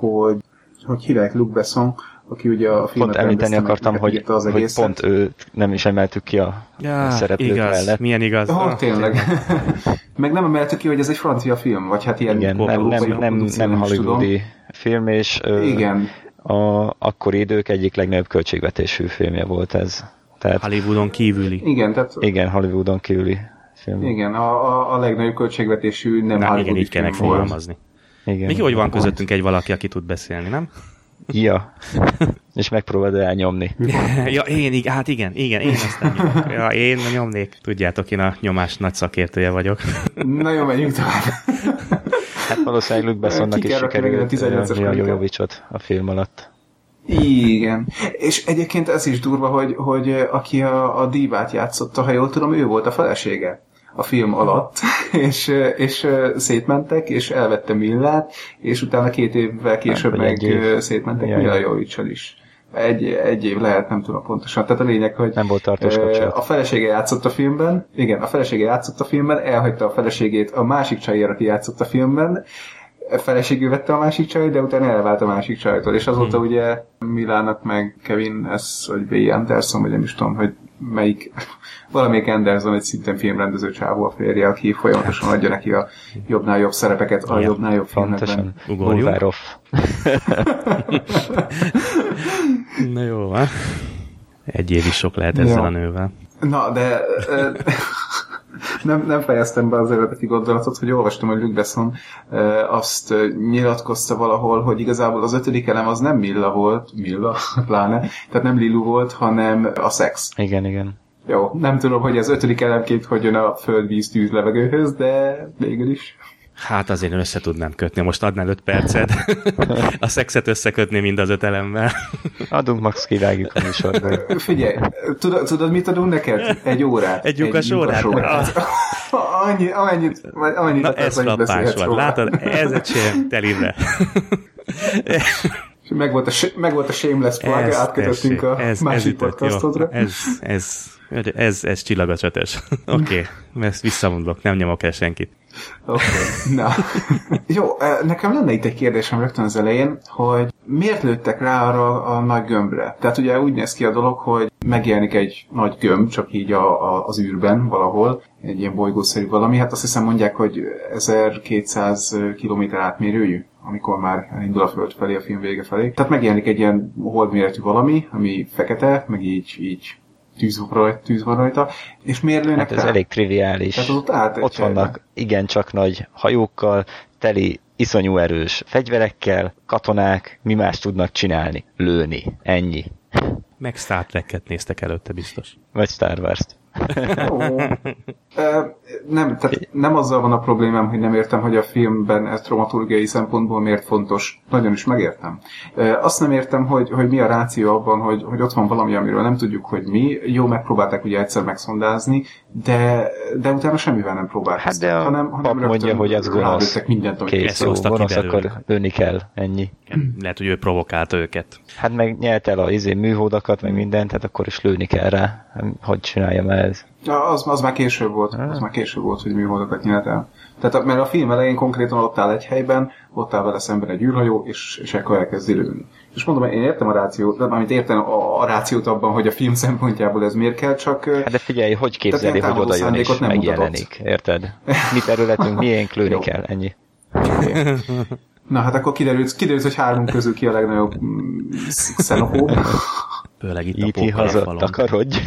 hogy hívják Luc Besson, aki ugye a filmet pont említeni akartam, hogy pont őt nem is emeltük ki a szereplők igaz. mellett. Milyen igaz. Tényleg. Meg nem emeltük ki, hogy ez egy francia film, vagy hát ilyen... Igen, nem hollywoodi film, és igen. akkori idők egyik legnagyobb költségvetésű filmje volt ez. Tehát, Hollywoodon kívüli. Igen, Hollywoodon kívüli film. Igen, a legnagyobb költségvetésű nem hollywoodi igen, így kellene fogalmazni. Még hogy van közöttünk egy valaki, aki tud beszélni, nem? Ja. És megpróbáld elnyomni. Ja, én aztán nyomok. Ja, én nyomnék. Tudjátok, én a nyomás nagy szakértője vagyok. Na jó, menjünk tovább. Hát valószínűleg Luc Bessonnak is sikerült Mila Jojovicsot a film alatt. Igen. És egyébként ez is durva, hogy aki a dívát játszotta, ha jól tudom, ő volt a felesége a film alatt, és szétmentek, és elvette Millát, és utána 2 évvel később meg szétmentek Mila Jojovicsal is. Egy év lehet, nem tudom pontosan. Tehát a lényeg, hogy nem volt tartós kapcsolat. A felesége játszott a filmben, igen, a felesége játszott a filmben, elhagyta a feleségét a másik csajért, aki játszott a filmben, feleségül vette a másik csaj, de utána elvált a másik csajtól, és azóta ugye Milának meg Kevin S. vagy B. Anderson, vagy nem is tudom, hogy valamelyik Anderson, egy szintén filmrendező csávó a férje, aki folyamatosan adja neki a jobbnál jobb szerepeket a jobbnál jobb filmekben. Ugorjunk. Na jó, van. Egy év is sok lehet ezzel a nővel. Na, de nem fejeztem be az eredeti gondolatot, hogy olvastam, hogy Luc Besson azt nyilatkozta valahol, hogy igazából az 5. elem az nem Milla volt, pláne, tehát nem Lilu volt, hanem a szex. Igen. Jó, nem tudom, hogy az 5. elemként hogy jön a föld, víz, tűz, levegőhöz, de végül is. Hát azért össze tudnám kötni. Most adnál 5 percet. A szexet összekötni mind az 5 elemmel. Adunk, max kivágjuk a műsorból. Figyelj, tudod mit adunk neked? Egy órát. Egy lyukas órát? Amennyit na ez frappás volt. Látod? Ez egy sém telibe. Megvolt a shameless plug, átkötöttünk a másik podcastodra. Ez csillagot ötös. Oké, ezt visszamondok, nem nyomok el senkit. Okay. Na. Jó, nekem lenne itt egy kérdésem rögtön az elején, hogy miért lőttek rá arra a nagy gömbre? Tehát ugye úgy néz ki a dolog, hogy megjelenik egy nagy gömb, csak így az űrben valahol, egy ilyen bolygószerű valami. Hát azt hiszem mondják, hogy 1200 km átmérőjű, amikor már elindul a Föld felé, a film vége felé. Tehát megjelenik egy ilyen holdméretű valami, ami fekete, meg így tűz van rajta, és miért lőnek hát ez elég triviális. Tehát ott vannak igencsak nagy hajókkal, teli iszonyú erős fegyverekkel, katonák, mi más tudnak csinálni? Lőni. Ennyi. Meg Star Trek-et néztek előtte biztos. Vagy Star Wars-t. Nem azzal van a problémám, hogy nem értem, hogy a filmben ez dramaturgiai szempontból miért fontos. Nagyon is megértem. Azt nem értem, hogy mi a ráció abban, hogy ott van valami, amiről nem tudjuk, hogy mi. Jó, megpróbálták ugye egyszer megszondázni, de utána semmivel nem próbálkoztak. Hát de a pap mondja, hogy az gonosz. Mindent, kész, jó, gonosz, akkor lőni kell. Ennyi. Lehet, hogy ő provokálta őket. Hát meg nyert el a műholdakat, meg mindent, tehát akkor is lőni kell rá. Hogy csináljam ez? Az már később volt. Az már később volt, hogy műholdakat nyert el. Tehát, mert a film elején konkrétan ott áll egy helyben, ott áll vele szemben egy űrhajó, és ekkor elkezdi lőni. És mondom, én értem a rációt, amit értem a rációt abban, hogy a film szempontjából ez miért kell, csak... Hát de figyelj, hogy képzeli, hogy oda jön és megjelenik, érted? Mi területünk, miénk lőni kell, ennyi. Na hát akkor kiderült, hogy hármunk közül ki a legnagyobb xenofób. Főleg itt a haza, takarodj.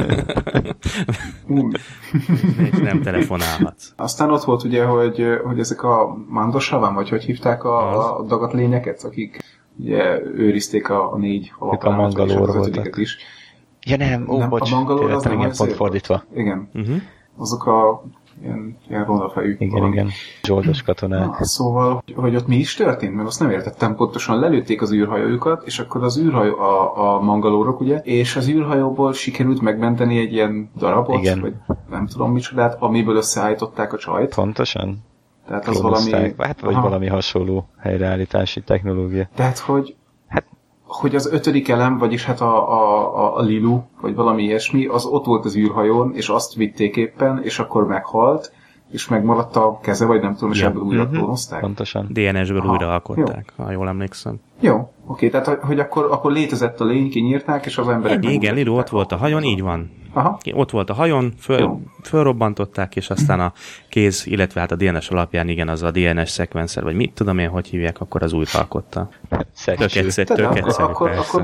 Nem telefonálhatsz. Aztán ott volt ugye, hogy ezek a Mandosaván, vagy hogy hívták a dagat lényeket, akik ugye őrizték a 4 alapámat, és az 5-et is. Ja nem, bocs, a Mangalore az nem pont fordítva. Igen. Azok a ilyen rondafejű. Igen, zsoldos katonák. Szóval, hogy ott mi is történt? Mert azt nem értettem pontosan. Lelőtték az űrhajójukat, és akkor az űrhajó, a mangalórok, ugye, és az űrhajóból sikerült megmenteni egy ilyen darabot, igen. Vagy nem tudom micsodát, amiből összeállították a csajt. Pontosan. Tehát az valami... Hát, vagy valami hasonló helyreállítási technológia. Tehát, hogy az 5. elem, vagyis hát a Lilu, vagy valami ilyesmi, az ott volt az űrhajón, és azt vitték éppen, és akkor meghalt, és megmaradt a keze, vagy nem tudom, és ebből újra klónozták. Pontosan. DNS-ből újra alkották, ha jól emlékszem. Jó, oké, tehát hogy akkor létezett a lény, kinyírták, és az emberek... Igen, Lilu ott volt a hajón, így van. Aha. Ott volt a hajón, fölrobbantották, és aztán a kéz, illetve hát a DNS alapján, igen, az a DNS szekvenszer, vagy mit tudom én, hogy hívják, akkor az újt alkotta. Tök egyszerű, akkor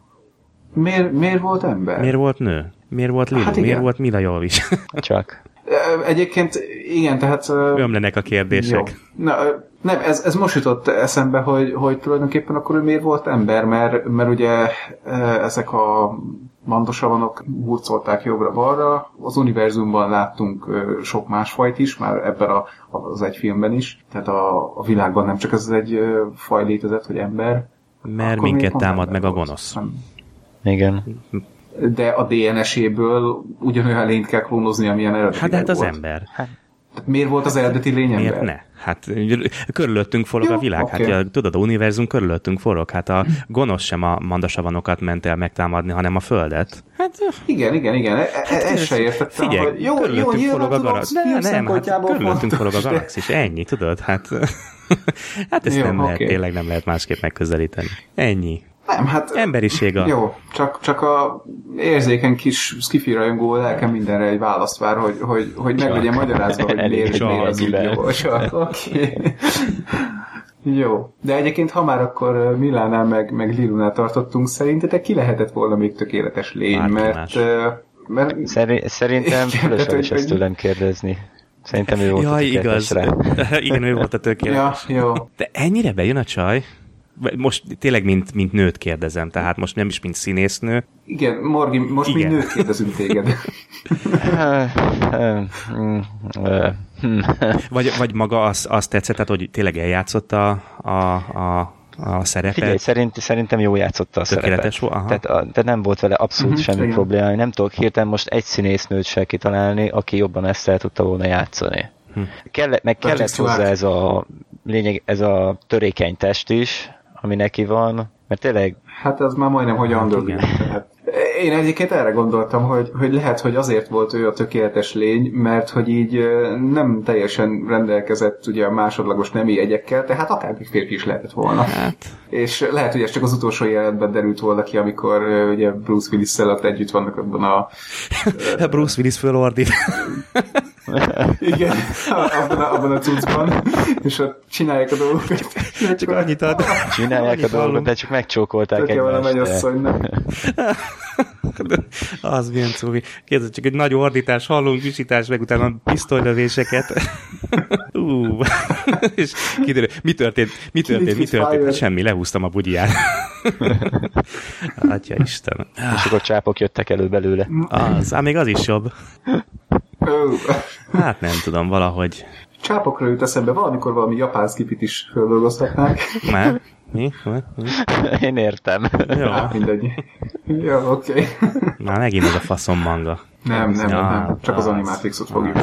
miért volt ember? Miért volt nő? Miért volt Lilu? Hát miért volt Mila Jovovich? Csak. Egyébként igen, tehát... Ömlenek a kérdések. Nem, ez most jutott eszembe, hogy tulajdonképpen akkor ő miért volt ember, mert ugye ezek a mandosavanok hurcolták jobbra-balra. Az univerzumban láttunk sok másfajt is, már ebben az egy filmben is. Tehát a világban nem csak ez egy faj létezett, hogy ember. Mert akkor minket támad meg a gonosz. Igen. De a DNS-éből ugyanolyan lényt kell klónozni, amilyen eredetileg hát volt. az ember. Tehát miért volt az eredeti lény ember? Miért ne? Hát körülöttünk forog a világ. Okay. Hát tudod, a univerzum körülöttünk forog. Hát a gonosz sem a mandasavanokat ment el megtámadni, hanem a Földet. Hát, igen. Ezt se értettem. Figyelj, hogy körülöttünk forog a galaxis. Nem, hát körülöttünk forog a galaxis. Ennyi, tudod? Hát ezt tényleg nem lehet másképp megközelíteni. Ennyi. Nem, hát... Emberiség a... Jó, csak a érzékeny kis skifi rajongó lelkem mindenre egy választ vár, hogy meg legyen magyarázva, hogy miért az úgy jó. Oké. Jó. De egyébként, ha már akkor Milánál meg Lilunál tartottunk, szerintetek ki lehetett volna még tökéletes lény? Mert Szerintem fölösleges ezt tőlem kérdezni. Szerintem ő volt a tökéletes rá. Igen, ő volt a tökéletes. Ja, jó. De ennyire bejön a csaj? Most tényleg mint nőt kérdezem, tehát most nem is mint színésznő. Igen, Morgi, most mint nőt kérdezünk téged. Vagy maga azt tetszett, tehát hogy tényleg eljátszotta a szerepet? Figyelj, szerintem jól játszotta a szerepet. Tehát nem volt vele abszolút semmi probléma. Nem tudok hirtelen most egy színésznőt se kitalálni, aki jobban ezt el tudta volna játszani. Kellett hozzá ez a törékeny test is, ami neki van, mert tényleg... Hát az már majdnem, hogy Android. Én egyébként erre gondoltam, hogy lehet, hogy azért volt ő a tökéletes lény, mert hogy így nem teljesen rendelkezett ugye a másodlagos nemi jegyekkel, tehát akár egy férfi is lehetett volna. Hát. És lehet, hogy ez csak az utolsó jelenetben derült volna ki, amikor ugye Bruce Willis-szel ott együtt vannak abban a... Bruce Willis fölordít. Igen, abban a cuccban, és ott csinálják a dolgokat. Csak annyit ad. Csinálják a dolgokat, de csak megcsókolták egymást. Az milyen cuki. Képzeld, csak egy nagy ordítás, hallunk visítás, meg utána pisztolylövéseket. És kiderül, mi történt? Hát semmi, lehúztam a bugyját. Atya Isten. És akkor csápok jöttek elő belőle. Még az is jobb. Hát nem tudom, valahogy. Csápokra jut eszembe, valamikor valami japán skipit is földolgoztatnák. Már? Mi? Én értem. Jó. Hát mindegy. Jó, oké. Már megint az a faszom manga. Nem. Csak az Animatrixot fogjuk.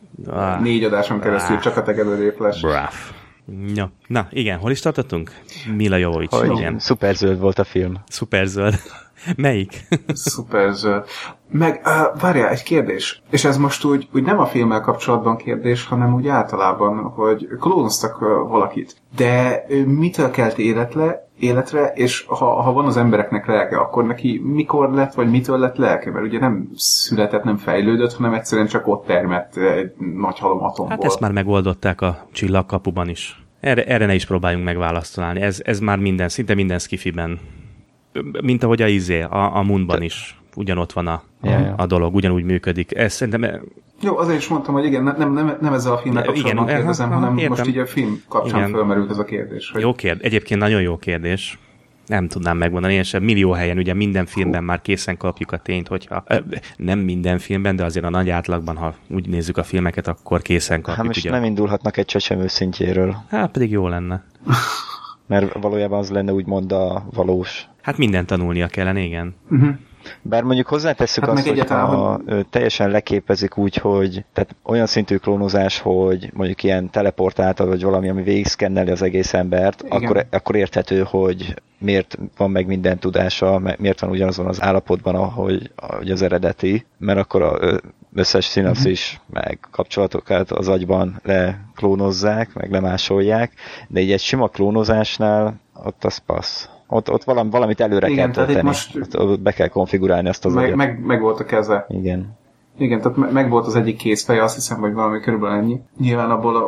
4 adáson keresztül csak a tegedőréplés. Braff. Ja. Na, igen, hol is tartottunk? Mila Jovovich. Igen. Szuperzöld volt a film. Szuperzöld. Melyik? Szuperzöld. Meg, várjál, egy kérdés. És ez most úgy nem a filmmel kapcsolatban kérdés, hanem úgy általában, hogy klónoztak valakit. De mitől kelt életre, és ha van az embereknek lelke, akkor neki mikor lett, vagy mitől lett lelke? Mert ugye nem született, nem fejlődött, hanem egyszerűen csak ott termett egy nagy halom atomból. Hát ezt már megoldották a Csillagkapuban is. Erre ne is próbáljunk megválasztani. Ez már szinte minden skifiben. Mint ahogy a Moonban is ugyanott van a dolog, ugyanúgy működik. Ez szerintem... Jó, azért is mondtam, hogy igen, nem ezzel a filmmel kapcsolatban kérdezem, hanem értem. Most így a film kapcsán fölmerült ez a kérdés. Hogy... Jó kérdés. Egyébként nagyon jó kérdés. Nem tudnám megmondani, én sem millió helyen, ugye minden filmben már készen kapjuk a tényt, hogyha nem minden filmben, de azért a nagy átlagban, ha úgy nézzük a filmeket, akkor készen kapjuk. Hát most ugye. nem indulhatnak egy csecsemő szintjéről. Hát pedig jó lenne. Mert valójában az lenne úgymond a valós. Hát mindent tanulnia kellene, igen. Bár mondjuk hozzátesszük azt, hogy ha teljesen leképezik úgy, hogy tehát olyan szintű klónozás, hogy mondjuk ilyen teleportáltal, vagy valami, ami végigszkenneli az egész embert, akkor érthető, hogy miért van meg minden tudása, miért van ugyanazon az állapotban, ahogy az eredeti, mert akkor az összes szinapszis, meg kapcsolatokat az agyban leklónozzák, meg lemásolják, de így egy sima klónozásnál ott az passz. Ott valamit előre kell tölteni. Ott be kell konfigurálni azt az agyat. Meg volt a keze. Igen, tehát meg volt az egyik kézfeje, azt hiszem, hogy valami körülbelül ennyi. Nyilván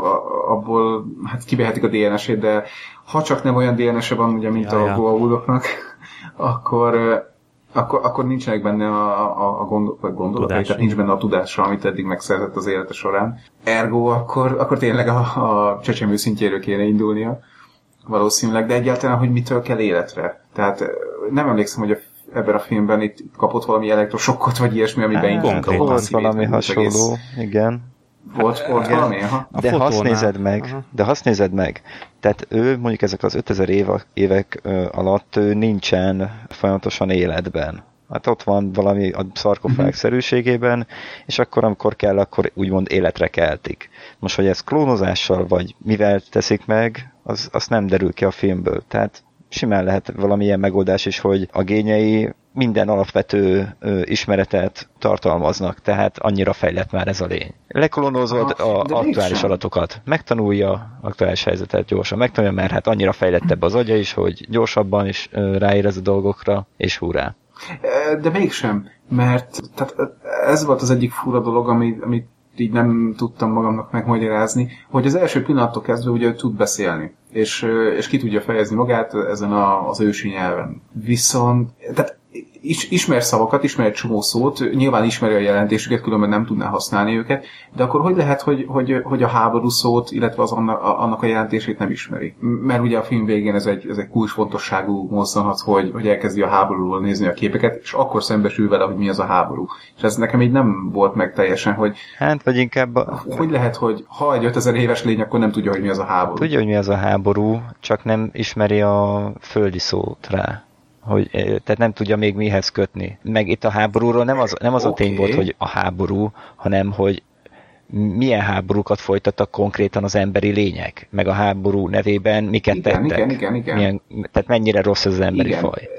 abból hát kivehetik a DNS-ét, de ha csak nem olyan DNS-e van, ugye, mint a Goa'uldoknak, akkor nincsenek benne a gondolatai, tehát nincs benne a tudása, amit eddig megszerzett az élete során. Ergo, akkor tényleg a csecsemő szintjéről kéne indulnia. Valószínűleg, de egyáltalán, hogy mitől kell életre. Tehát nem emlékszem, hogy ebben a filmben itt kapott valami elektrosokkot, vagy ilyesmi, ami beindult. Volt valami hasonló, igen. Volt valami, aha. De ha azt nézed meg, tehát ő mondjuk ezek az 5000 évek alatt ő nincsen folyamatosan életben. Hát ott van valami a szarkofág szerűségében, és akkor, amikor kell, akkor úgymond életre keltik. Most, hogy ez klónozással, vagy mivel teszik meg, az nem derül ki a filmből. Tehát simán lehet valamilyen megoldás is, hogy a génjei minden alapvető ismeretet tartalmaznak, tehát annyira fejlett már ez a lény. Leklónozod az aktuális adatokat, megtanulja aktuális helyzetet gyorsan, megtanulja, mert hát annyira fejlettebb az agya is, hogy gyorsabban is ráérez a dolgokra, és hurrá. De mégsem, mert tehát ez volt az egyik fura dolog, amit így nem tudtam magamnak megmagyarázni, hogy az első pillanattól kezdve ugye tud beszélni, és ki tudja fejezni magát ezen az ősi nyelven. Viszont, tehát ismer szavakat, ismer egy csomó szót, nyilván ismeri a jelentésüket, különben nem tudná használni őket, de akkor hogy lehet, hogy a háború szót, illetve annak a jelentését nem ismeri? Mert ugye a film végén ez egy kulcsfontosságú mozzanat, hogy elkezdi a háborúról nézni a képeket, és akkor szembesül vele, hogy mi az a háború. És ez nekem így nem volt meg teljesen, hogy... Hát, vagy inkább... Hogy lehet, hogy ha egy 5000 éves lény, akkor nem tudja, hogy mi az a háború? Tudja, hogy mi az a háború, csak nem ismeri a földi szót rá. Tehát nem tudja még mihez kötni. Meg itt a háborúról nem az a tény volt, hogy a háború, hanem hogy milyen háborúkat folytattak konkrétan az emberi lények, meg a háború nevében miket tettek. Igen. Tehát mennyire rossz az emberi faj.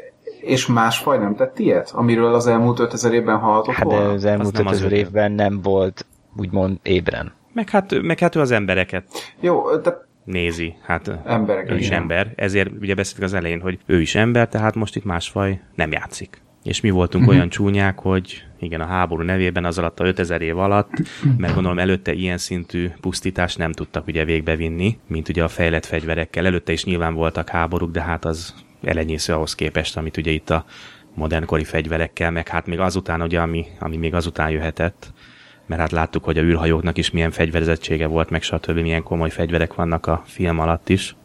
És más faj nem tett ilyet? Amiről az elmúlt 5000 évben hallhatott volna? Hát de az elmúlt 5000 évben nem volt úgymond ébren. Meg hát ő az embereket Jó, de nézi. Hát emberek, ő is igen. ember. Ezért ugye beszéltük az elején, hogy ő is ember, tehát most itt másfaj nem játszik. És mi voltunk olyan csúnyák, hogy igen, a háború nevében az alatt a 5000 év alatt, mert gondolom előtte ilyen szintű pusztítást nem tudtak ugye végbevinni, mint ugye a fejlett fegyverekkel. Előtte is nyilván voltak háborúk, de hát az elenyésző ahhoz képest, amit ugye itt a modernkori fegyverekkel, meg hát még azután ugye, ami még azután jöhetett, mert hát láttuk, hogy a űrhajóknak is milyen fegyverzettsége volt, meg stb. Milyen komoly fegyverek vannak a film alatt is.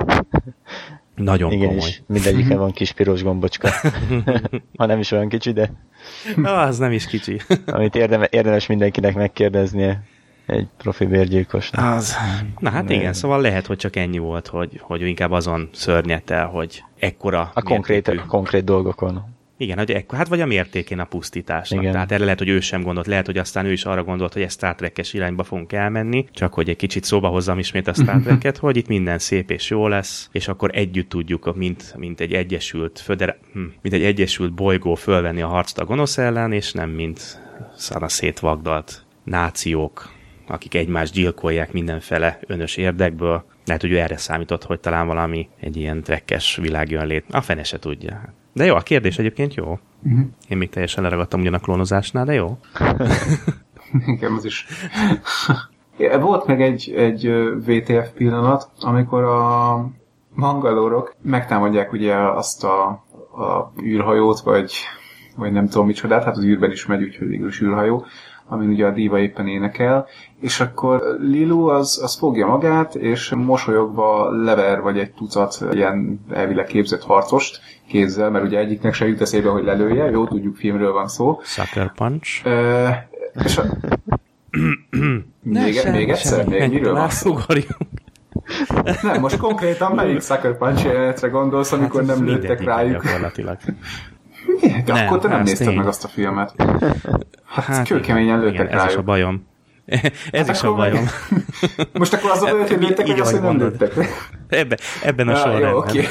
Nagyon igen, komoly. és mindegyiken van kis piros gombocska. Ha nem is olyan kicsi, de Az nem is kicsi. amit érdemes mindenkinek megkérdeznie egy profi bérgyilkosnak. Az. Na hát igen, szóval lehet, hogy csak ennyi volt, hogy inkább azon szörnyett el, hogy ekkora A konkrét dolgokon. Igen, hogy hát vagy a mértékén a pusztításnak. Igen. Tehát erre lehet, hogy ő sem gondolt, lehet, hogy aztán ő is arra gondolt, hogy ezt Star Trek-es irányba fogunk elmenni, csak hogy egy kicsit szóba hozzam ismét a Star Trek-et, hogy itt minden szép és jó lesz, és akkor együtt tudjuk, mint egy egyesült bolygó fölvenni a harcot a gonosz ellen, és nem mint szana szétvagdalt nációk, akik egymást gyilkolják mindenfele önös érdekből. Lehet, hogy ő erre számított, hogy talán valami egy ilyen trekkes világ jön lét. A fene se tudja. De jó, a kérdés egyébként jó. Én még teljesen leragadtam ugyan a klónozásnál, de jó. Igen, az is. Volt meg egy VTF pillanat, amikor a mangalórok megtámadják ugye azt a űrhajót, vagy nem tudom micsodát, hát az űrben is megy, úgyhogy végül is űrhajó, amin ugye a díva éppen énekel, és akkor Lilu az fogja magát, és mosolyogva lever vagy egy tucat ilyen elvileg képzett harcost kézzel, mert ugye egyiknek se jut eszébe, hogy lelője, jó, tudjuk, filmről van szó. Sucker Punch. És még egyszer? Még miről van szó? Nem, most konkrétan melyik Sucker Punch jelenetre gondolsz, amikor nem lőttek rájuk? Gyakorlatilag. De nem, akkor te nem nézted meg azt a filmet. Hát kőkeményen lőttek rájuk. Ez is a bajom. Ez is a bajom. Most akkor az a baj, hogy lőttek, vagy azt, hogy nem lőttek? Ebben a sorrendben. Jó, oké.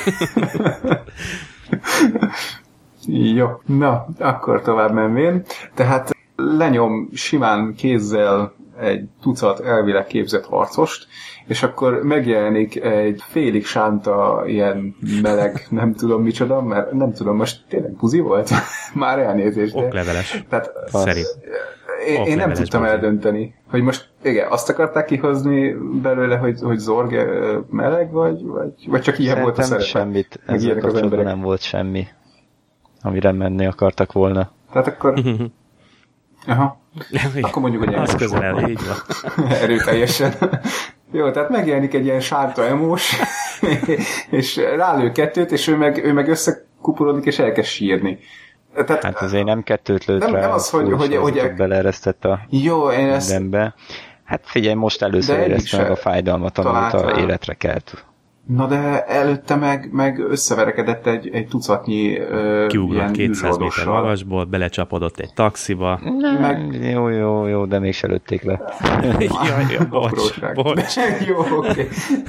Jó, na, akkor tovább menvén. Tehát lenyom simán kézzel egy tucat elvileg képzett harcost, és akkor megjelenik egy félig sánta, ilyen meleg, nem tudom micsoda, mert nem tudom, most tényleg buzi volt? Már elnézést. Okleveles. Tehát szerint. Én nem tudtam eldönteni, hogy most igen, azt akarták kihozni belőle, hogy Zorg meleg, vagy csak ilyen volt a szerepe? Semmit, ezzel kapcsolatban nem volt semmi, amire menni akartak volna. Tehát akkor... Aha. Akkor mondjuk, hogy az közel, így van. Erőteljesen. Jó, tehát megjelenik egy ilyen sárta emós, és rálő kettőt, és ő meg összekuporodik, és elkezd sírni. Tehát, hát azért nem kettőt lőtt rá, nem az, hogy beleeresztett a mindenbe. Hát figyelj, most először érezte meg a fájdalmat, amit a életre kelt. Na de előtte meg összeverekedett egy tucatnyi kiugrott 200 méter magasból, belecsapodott egy taxiba. Jó, de mégse lőtték le. Jaj, bocs. Jó, oké.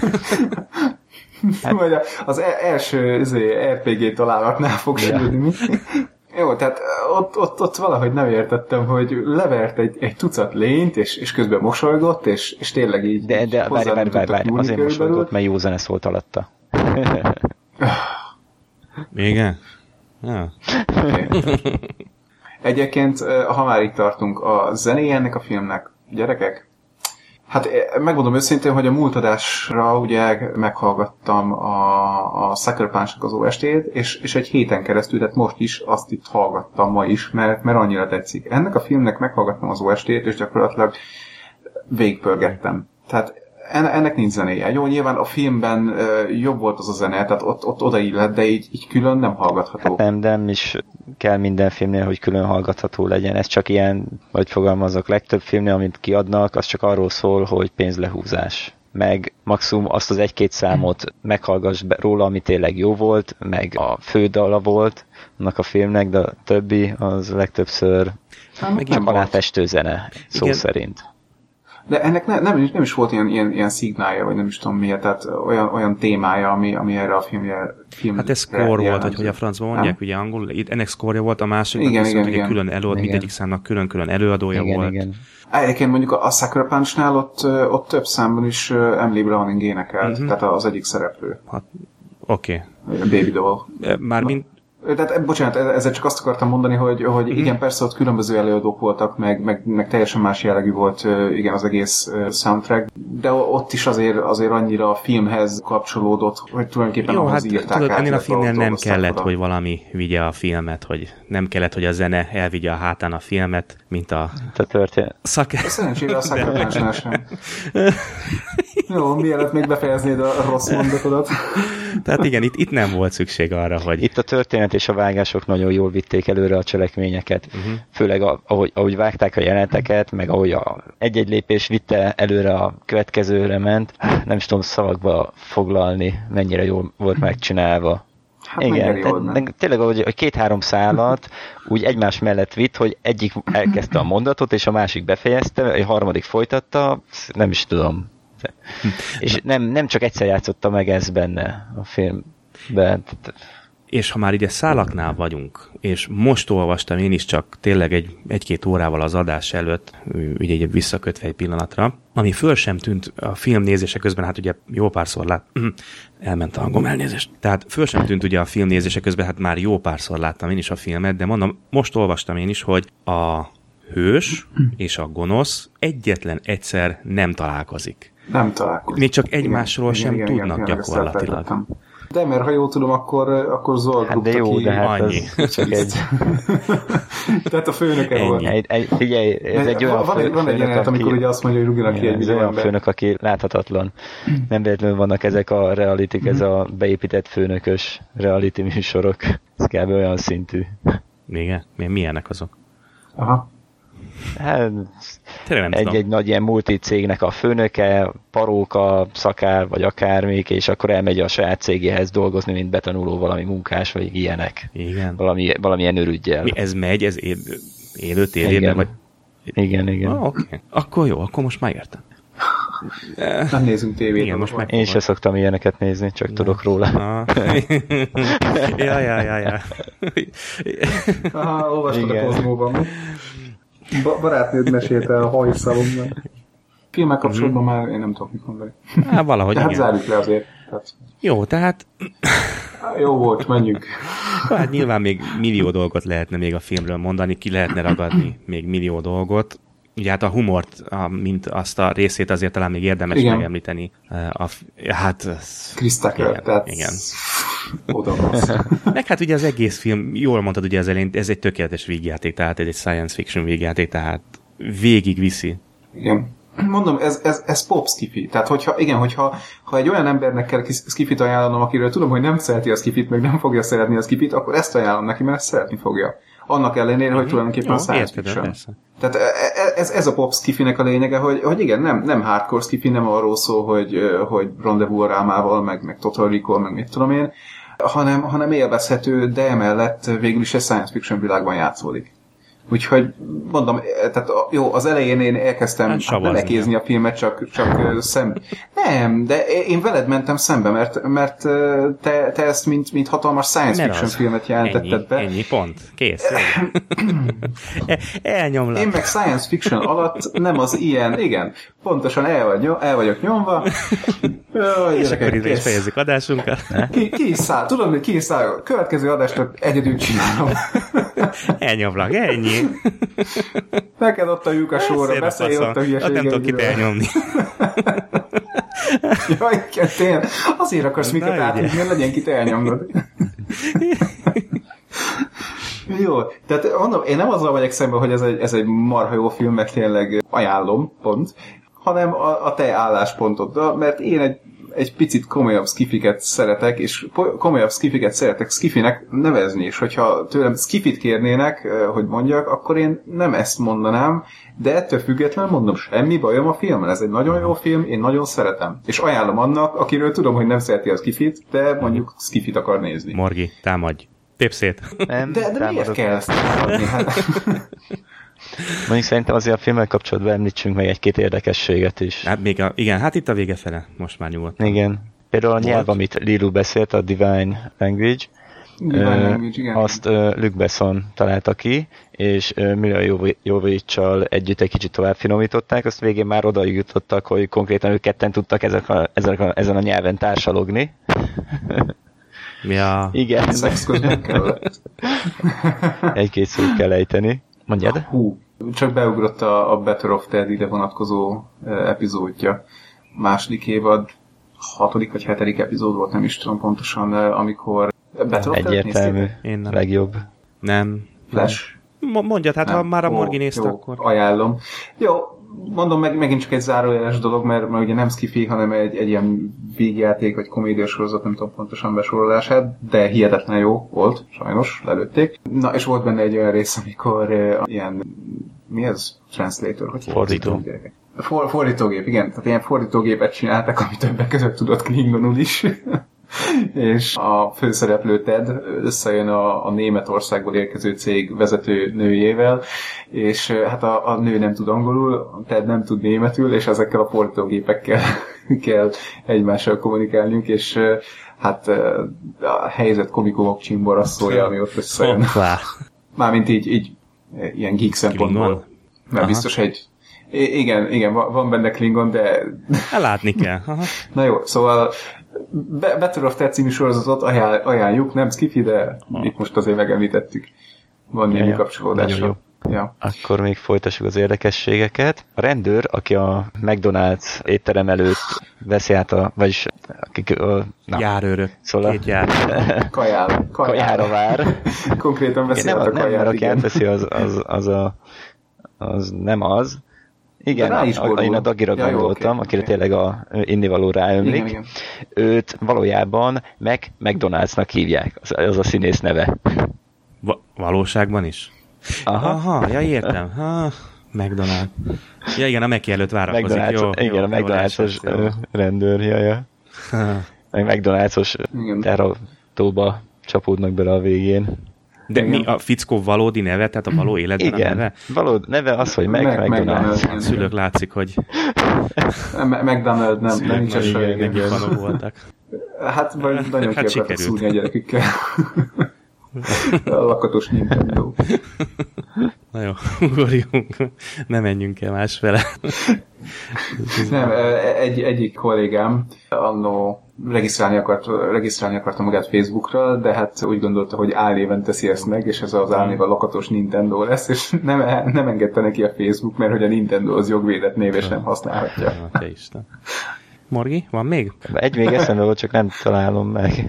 Majd az első RPG találatnál fog sülni. Jó, tehát ott valahogy nem értettem, hogy levert egy tucat lényt, és közben mosolygott, és tényleg így... De várj, azért mosolygott, mert jó zene szólt alatta. Igen? Ja. Okay. Egyébként, ha már itt tartunk, a zenéje ennek a filmnek, gyerekek, hát megmondom őszintén, hogy a múlt adásra ugye meghallgattam a Sucker Punch-nak az OST-t, és egy héten keresztül, tehát most is azt itt hallgattam ma is, mert annyira tetszik. Ennek a filmnek meghallgattam az OST-t, és gyakorlatilag végigpörgettem. Tehát ennek nincs zenéje. Jó, nyilván a filmben jobb volt az a zene, tehát ott odaillett, de így külön nem hallgatható. Hát nem is kell minden filmnél, hogy külön hallgatható legyen. Ez csak ilyen, vagy fogalmazok, legtöbb filmnél, amit kiadnak, az csak arról szól, hogy pénzlehúzás. Meg maximum azt az egy-két számot meghallgass róla, ami tényleg jó volt, meg a fődala volt annak a filmnek, de a többi az legtöbbször csak aláfestő zene, szó szerint. De ennek nem is volt ilyen szignálja, vagy nem is tudom miért, tehát olyan témája, ami erre a filmre hát ez score volt, hogy a francban mondják, ugye angolul, itt ennek score volt, a másiknak viszont ugye külön előadó, mindegyik számnak külön előadója volt. Igen. Egyébként mondjuk a Sucker Punch-nál ott több számban is Emily Browning énekelt, tehát az egyik szereplő. Hát, oké. Baby Doll. Mármint Tehát, bocsánat, ezzel csak azt akartam mondani, hogy igen, persze ott különböző előadók voltak, meg teljesen más jellegű volt igen az egész soundtrack, de ott is azért annyira a filmhez kapcsolódott, hogy tulajdonképpen ahhoz írták tudod, át. Ennél a filmnél nem kellett, hogy valami vigye a filmet, hogy nem kellett, hogy a zene elvigye a hátán a filmet, mint a történet. Szerencsére a Sucker Punch-nál sem. Jó, mielőtt még befejeznéd a rossz mondatodat. Tehát igen, itt nem volt szükség arra, hogy... Itt a történet és a vágások nagyon jól vitték előre a cselekményeket. Főleg ahogy vágták a jeleneteket, meg ahogy egy-egy lépés vitte előre a következőre ment. Nem is tudom szavakba foglalni, mennyire jól volt megcsinálva. Hát igen, tényleg, hogy 2-3 szálat úgy egymás mellett vitt, hogy egyik elkezdte a mondatot, és a másik befejezte, a harmadik folytatta, nem is tudom. És nem csak egyszer játszotta meg ez benne a filmben. És ha már ide szálaknál vagyunk, és most olvastam én is csak tényleg egy-két órával az adás előtt, ugye visszakötve egy pillanatra, ami föl sem tűnt a film nézése közben, hát ugye jó párszor elment a hangom, elnézést. Tehát föl sem tűnt ugye a film nézése közben, hát már jó párszor láttam én is a filmet, de mondom, most olvastam én is, hogy a hős és a gonosz egyetlen egyszer nem találkozik. Nem találkozik. Még csak egymásról sem tudnak gyakorlatilag. De mert ha jól tudom, akkor Zolg hát de jó, de hát annyi. Csak egy... Tehát a főnöke volt. Figyelj, ez egy olyan van egy jelenet, amikor ugye azt mondja, hogy rúgjanak ki egy millió ember. Olyan főnök, aki láthatatlan. Nem véletlenül vannak ezek a realitik, ez a beépített főnökös reality műsorok. Ez kb. Olyan szintű. Igen? Milyenek azok? Aha. Hát, egy nagy ilyen multicégnek a főnöke, paróka, szakár, vagy akármik, és akkor elmegy a saját cégéhez dolgozni, mint betanuló valami munkás, vagy ilyenek. Igen. Valamilyen örüggyel. Ez megy, ez élő tévében? Vagy... Igen. Oké. Akkor jó, akkor most már értem. Nem nézünk tévét. Igen, most meg én se szoktam ilyeneket nézni, csak tudok róla. Ja. Aha, olvastad a Kozmóban. Barátnőd mesélte a hajszalomban. Filmek kapcsolatban már én nem tudok mit mondani. Hát valahogy hát zárjuk le azért. Jó, tehát... Jó volt, menjünk. Hát nyilván még millió dolgot lehetne még a filmről mondani, ki lehetne ragadni még millió dolgot. Ugye hát a humort, mint azt a részét azért talán még érdemes megemlíteni. Chris Tucker, igen. Oda rossz. Meg hát ugye az egész film, jól mondtad ugye az elején, ez egy tökéletes vígjáték, tehát egy science fiction vígjáték, tehát végig viszi. Igen. Mondom, ez pop skifi. Tehát hogyha egy olyan embernek kell skifit ajánlanom, akiről tudom, hogy nem szereti a skifit, meg nem fogja szeretni a skifit, akkor ezt ajánlom neki, mert szeretni fogja. Annak ellenére, hogy tulajdonképpen a science fiction. Tehát ez a pop skifinek a lényege, hogy igen, nem hardcore skifi, nem arról szól, hogy Rendezvous a Rámával, meg Total Recall, meg mit tudom én, hanem élvezhető, de emellett végül is egy science fiction világban játszódik. Úgyhogy mondom, tehát jó, az elején én elkezdtem belekézni a filmet, csak Nem, de én veled mentem szembe, mert te ezt mint hatalmas science fiction filmet jelentetted be. Ennyi, pont. Kész. Elnyomlak. Én meg science fiction alatt nem az ilyen, igen, pontosan el vagyok nyomva. Jaj, és akkor ide is fejezzük adásunkat. Ki is száll, tudod, hogy ki is száll, következő adást egyedül csinálom. Elnyomlak, ennyi. Neked ott a lyuk a sorra, beszélj ott a hülyeségedről. Nem tudok kit elnyomni. Jaj, tényleg. Azért akarsz minket átnyomni, mert legyen kit elnyomnod. Jó, tehát mondom, én nem azzal vagyok szemben, hogy ez egy marha jó film, mert tényleg ajánlom, pont, hanem a te álláspontoddal, mert én egy picit komolyabb skifiket szeretek, és komolyabb skifiket szeretek skifinek nevezni, és hogyha tőlem skifit kérnének, hogy mondjak, akkor én nem ezt mondanám, de ettől függetlenül mondom, semmi bajom a filmmel. Ez egy nagyon jó film, én nagyon szeretem. És ajánlom annak, akiről tudom, hogy nem szereti a skifit, de mondjuk skifit akar nézni. Morgi, támadj. Tép szét. De miért kell ezt támadni? Hát... Mondjuk szerintem azért a filmmel kapcsolatban említsünk meg egy-két érdekességet is. Hát még igen, hát itt a vége fele, most már nyugodtan. Igen. Például a nyelv, amit Lilu beszélt, a Divine Language, igen. azt Luc Besson találta ki, és Mila Jovovic-sal együtt egy kicsit tovább finomították, azt végén már oda jutottak, hogy konkrétan ők ketten tudtak ezen a nyelven társalogni. Ja. Igen. Szex közben kellett. Egy-két szót kell ejteni. Mondjad? Hú, csak beugrott a Better of Ted ide vonatkozó epizódja. Második évad, 6. vagy 7. epizód volt, nem is tudom pontosan, amikor Better of Ted egyértelmű. Én nem. Legjobb. Nem. Flash. Mondjad, hát nem. ha már a Morgi nézte, jó, akkor... ajánlom. Jó, mondom, megint csak egy zárójeles dolog, mert ugye nem skifi, hanem egy ilyen végjáték, vagy komédia sorozat, nem tudom pontosan besorolását, de hihetetlen jó volt, sajnos, lelőtték. Na, és volt benne egy olyan rész, amikor ilyen, mi ez? Translator? Hogy Fordító. Fordítógép, igen. Tehát ilyen fordítógépet csináltak, ami többek között tudott klingonul is. És a főszereplő Ted összejön a Németországból érkező cég vezető nőjével, és hát a nő nem tud angolul, Ted nem tud németül, és ezekkel a fordítógépekkel kell egymással kommunikálniunk, és hát a helyzet komikumok csimborasszója, ami ott összejön. Mármint így ilyen geek szempontból. Mert biztos egy... Igen, van benne Klingon, de... Látni kell. Aha. Na jó, szóval Better of Ted című sorozatot ajánljuk, nem skifi, de itt most azért megemlítettük. Van némi kapcsolódása. Ja. Akkor még folytassuk az érdekességeket. A rendőr, aki a McDonald's étterem előtt veszi át vagyis akik... Járőrök. Szóval két járőrök. Kajára vár. Konkrétan veszi át a kaját. Nem, mert aki átveszi, az nem az. Igen, én a Dagira gondoltam, akire tényleg a innivaló ráömlik. Igen. Őt valójában McDonald'snak hívják, az a színész neve. Valóságban is? Aha, ja értem. McDonald. Ja igen, a Meki előtt várakozik. Jó, igen, a McDonald's-os rendőr, ja. Meg McDonald's-os terautóba csapódnak bele a végén. De mi a fickó valódi neve, tehát a való életben igen, a neve? Valódi neve az, hogy McDonald's. Szülők látszik, hogy... McDonald nem nincs esély. Megint vanok voltak. Hát vagy nagyon ki akartak szúrni a gyerekükkel. A lakatos Nintendo. Na jó, ugorjunk. Ne menjünk el másfele. Nem, egyik kollégám annó regisztrálni akarta magát Facebookra, de hát úgy gondolta, hogy álnéven teszi ezt meg, és ez az álnév a lakatos Nintendo lesz, és nem engedte neki a Facebook, mert hogy a Nintendo az jogvédett név, és nem használhatja. Te Isten. Morgi, van még? Egy még eszembe volt, csak nem találom meg.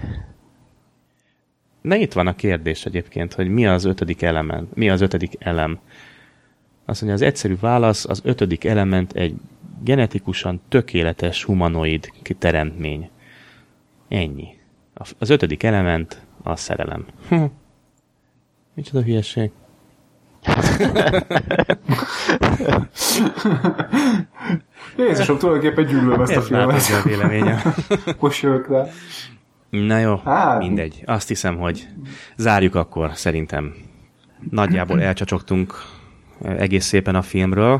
Na itt van a kérdés egyébként, hogy mi az ötödik elem. Azt mondja, az egyszerű válasz, az ötödik element egy genetikusan tökéletes humanoid teremtmény. Ennyi. Az ötödik element a szerelem. Micsoda hülyeség. Jézusom, tulajdonképpen gyűlölöm ezt a filmet. Ez a véleményem. Mosolyog rá. Na jó, mindegy. Azt hiszem, hogy zárjuk akkor, szerintem. Nagyjából elcsacsogtunk egész szépen a filmről.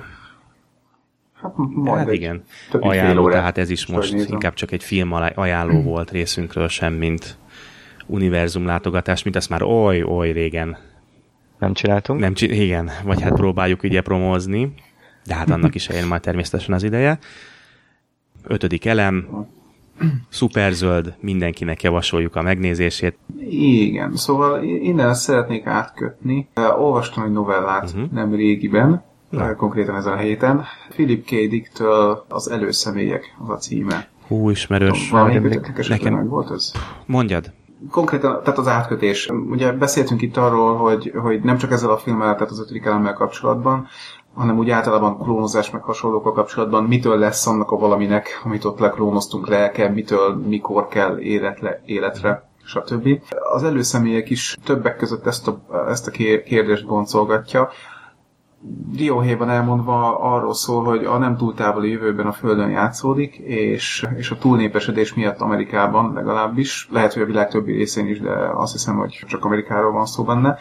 Hát igen. Ajánló, tehát ez is most inkább csak egy film ajánló volt részünkről sem, mint univerzum látogatás, mint ezt már oly régen nem csináltunk. Igen, vagy hát próbáljuk ugye promózni, de hát annak is eljön már természetesen az ideje. Ötödik elem, szuperzöld, mindenkinek javasoljuk a megnézését. Igen, szóval innen szeretnék átkötni. Olvastam egy novellát nem régiben, konkrétan ezen a héten. Philip K. Dicktől Az előszemélyek az a címe. Hú, ismerős. Nekem volt ez? Mondjad. Konkrétan, tehát az átkötés. Ugye beszéltünk itt arról, hogy nem csak ezzel a filmmel, tehát az ötödik elemmel kapcsolatban, hanem úgy általában klónozás meg hasonlókkal kapcsolatban, mitől lesz annak a valaminek, amit ott leklónoztunk lelke, mitől, mikor kell életre, stb. Az előszemélyek is többek között ezt a kérdést boncolgatja. Dióhéjban elmondva arról szól, hogy a nem túl távoli jövőben a Földön játszódik, és a túlnépesedés miatt Amerikában legalábbis, lehet, hogy a világ többi részén is, de azt hiszem, hogy csak Amerikáról van szó benne,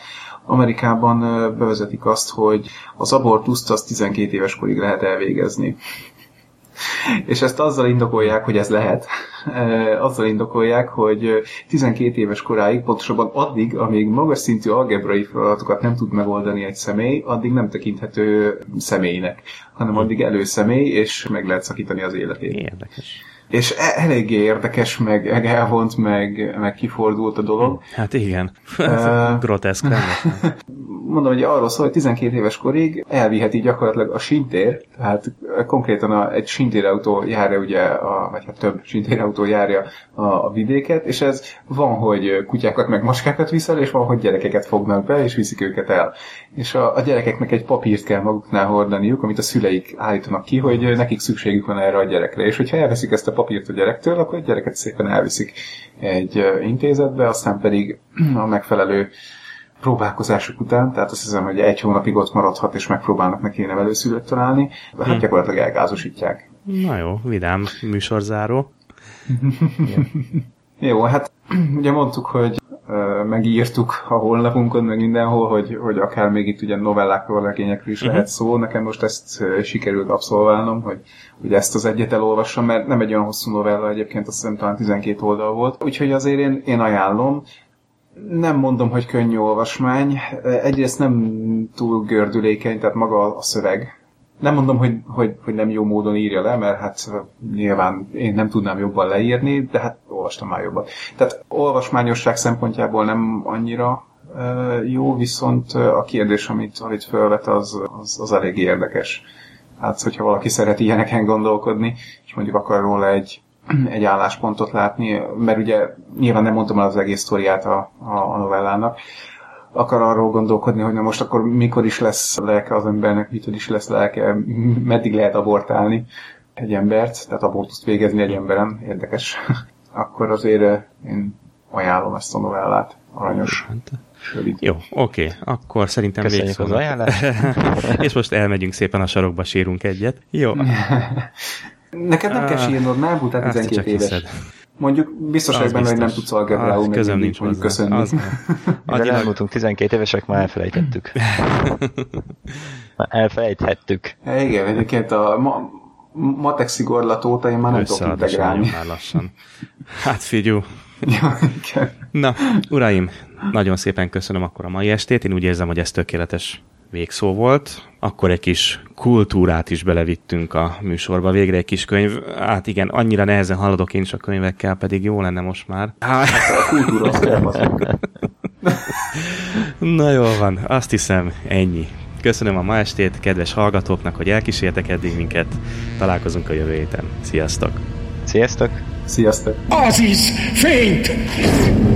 Amerikában bevezetik azt, hogy az abortuszt az 12 éves korig lehet elvégezni. És ezt azzal indokolják, hogy ez lehet. Azzal indokolják, hogy 12 éves koráig, pontosabban addig, amíg magas szintű algebrai feladatokat nem tud megoldani egy személy, addig nem tekinthető személynek, hanem addig előszemély, és meg lehet szakítani az életét. Érdekes. És eléggé érdekes, meg elvont, meg kifordult a dolog. Hát igen. Groteszk rendesen. Mondom, hogy arról szól, hogy 12 éves korig elviheti gyakorlatilag a sintér, tehát konkrétan egy sintérautó járja ugye, vagy hát több sintérautó járja a vidéket, és ez van, hogy kutyákat meg maskákat viszel, és van, hogy gyerekeket fognak be, és viszik őket el. És a gyerekeknek egy papírt kell maguknál hordaniuk, amit a szüleik állítanak ki, hogy nekik szükségük van erre a gyerekre. És hogyha elveszik ezt a papírt a gyerektől, akkor a gyereket szépen elviszik egy intézetbe, aztán pedig a megfelelő próbálkozások után, tehát azt hiszem, hogy 1 hónapig ott maradhat, és megpróbálnak neki nevelőszülőt találni, hát gyakorlatilag elgázosítják. Na jó, vidám műsorzáró. Jó, hát ugye mondtuk, hogy megírtuk a honlapunkon, meg mindenhol, hogy akár még itt ugye novellákról, regényekről is lehet szó. Nekem most ezt sikerült abszolválnom, hogy ezt az egyet elolvassam, mert nem egy olyan hosszú novella, egyébként azt hiszem talán 12 oldal volt. Úgyhogy azért én ajánlom. Nem mondom, hogy könnyű olvasmány. Egyrészt nem túl gördülékeny, tehát maga a szöveg. Nem mondom, hogy nem jó módon írja le, mert hát nyilván én nem tudnám jobban leírni, de hát olvastam már jobban. Tehát olvasmányosság szempontjából nem annyira jó, viszont a kérdés, amit felvet, az elég érdekes. Hát, hogyha valaki szeret ilyeneken gondolkodni, és mondjuk akar róla egy álláspontot látni, mert ugye nyilván nem mondtam el az egész sztoriát a novellának, akar arról gondolkodni, hogy na most akkor mikor is lesz lelke az embernek, mitől is lesz lelke, meddig lehet abortálni egy embert, tehát abortuszt végezni egy emberen, érdekes. Akkor azért én ajánlom ezt a novellát, aranyos. Rövid. Jó, oké. Akkor szerintem köszönjük az ajánlást. És most elmegyünk szépen a sarokba, sírunk egyet. Jó. Neked nem kell sírnod, már butál 12 éves. Hiszed. Mondjuk biztos vagy benne, hogy nem tudsz algebrául, közöm nincs hozzá. Köszönni. Mivel elmúltunk 12 évesek, már elfelejtettük. Már elfelejthettük. Igen, egyébként a matek szigorlat óta én már nem tudok integrálni. Már lassan. Hát figyelj. Ja, igen. Na, uraim, nagyon szépen köszönöm akkor a mai estét. Én úgy érzem, hogy ez tökéletes végszó volt. Akkor egy kis kultúrát is belevittünk a műsorba. Végre egy kis könyv. Hát igen, annyira nehezen haladok én is a könyvekkel, pedig jó lenne most már. A kultúra azt elbaszunk. Na jól van, azt hiszem ennyi. Köszönöm a ma estét kedves hallgatóknak, hogy elkísértek eddig minket. Találkozunk a jövő héten. Sziasztok! Sziasztok! Sziasztok! Az is fényt!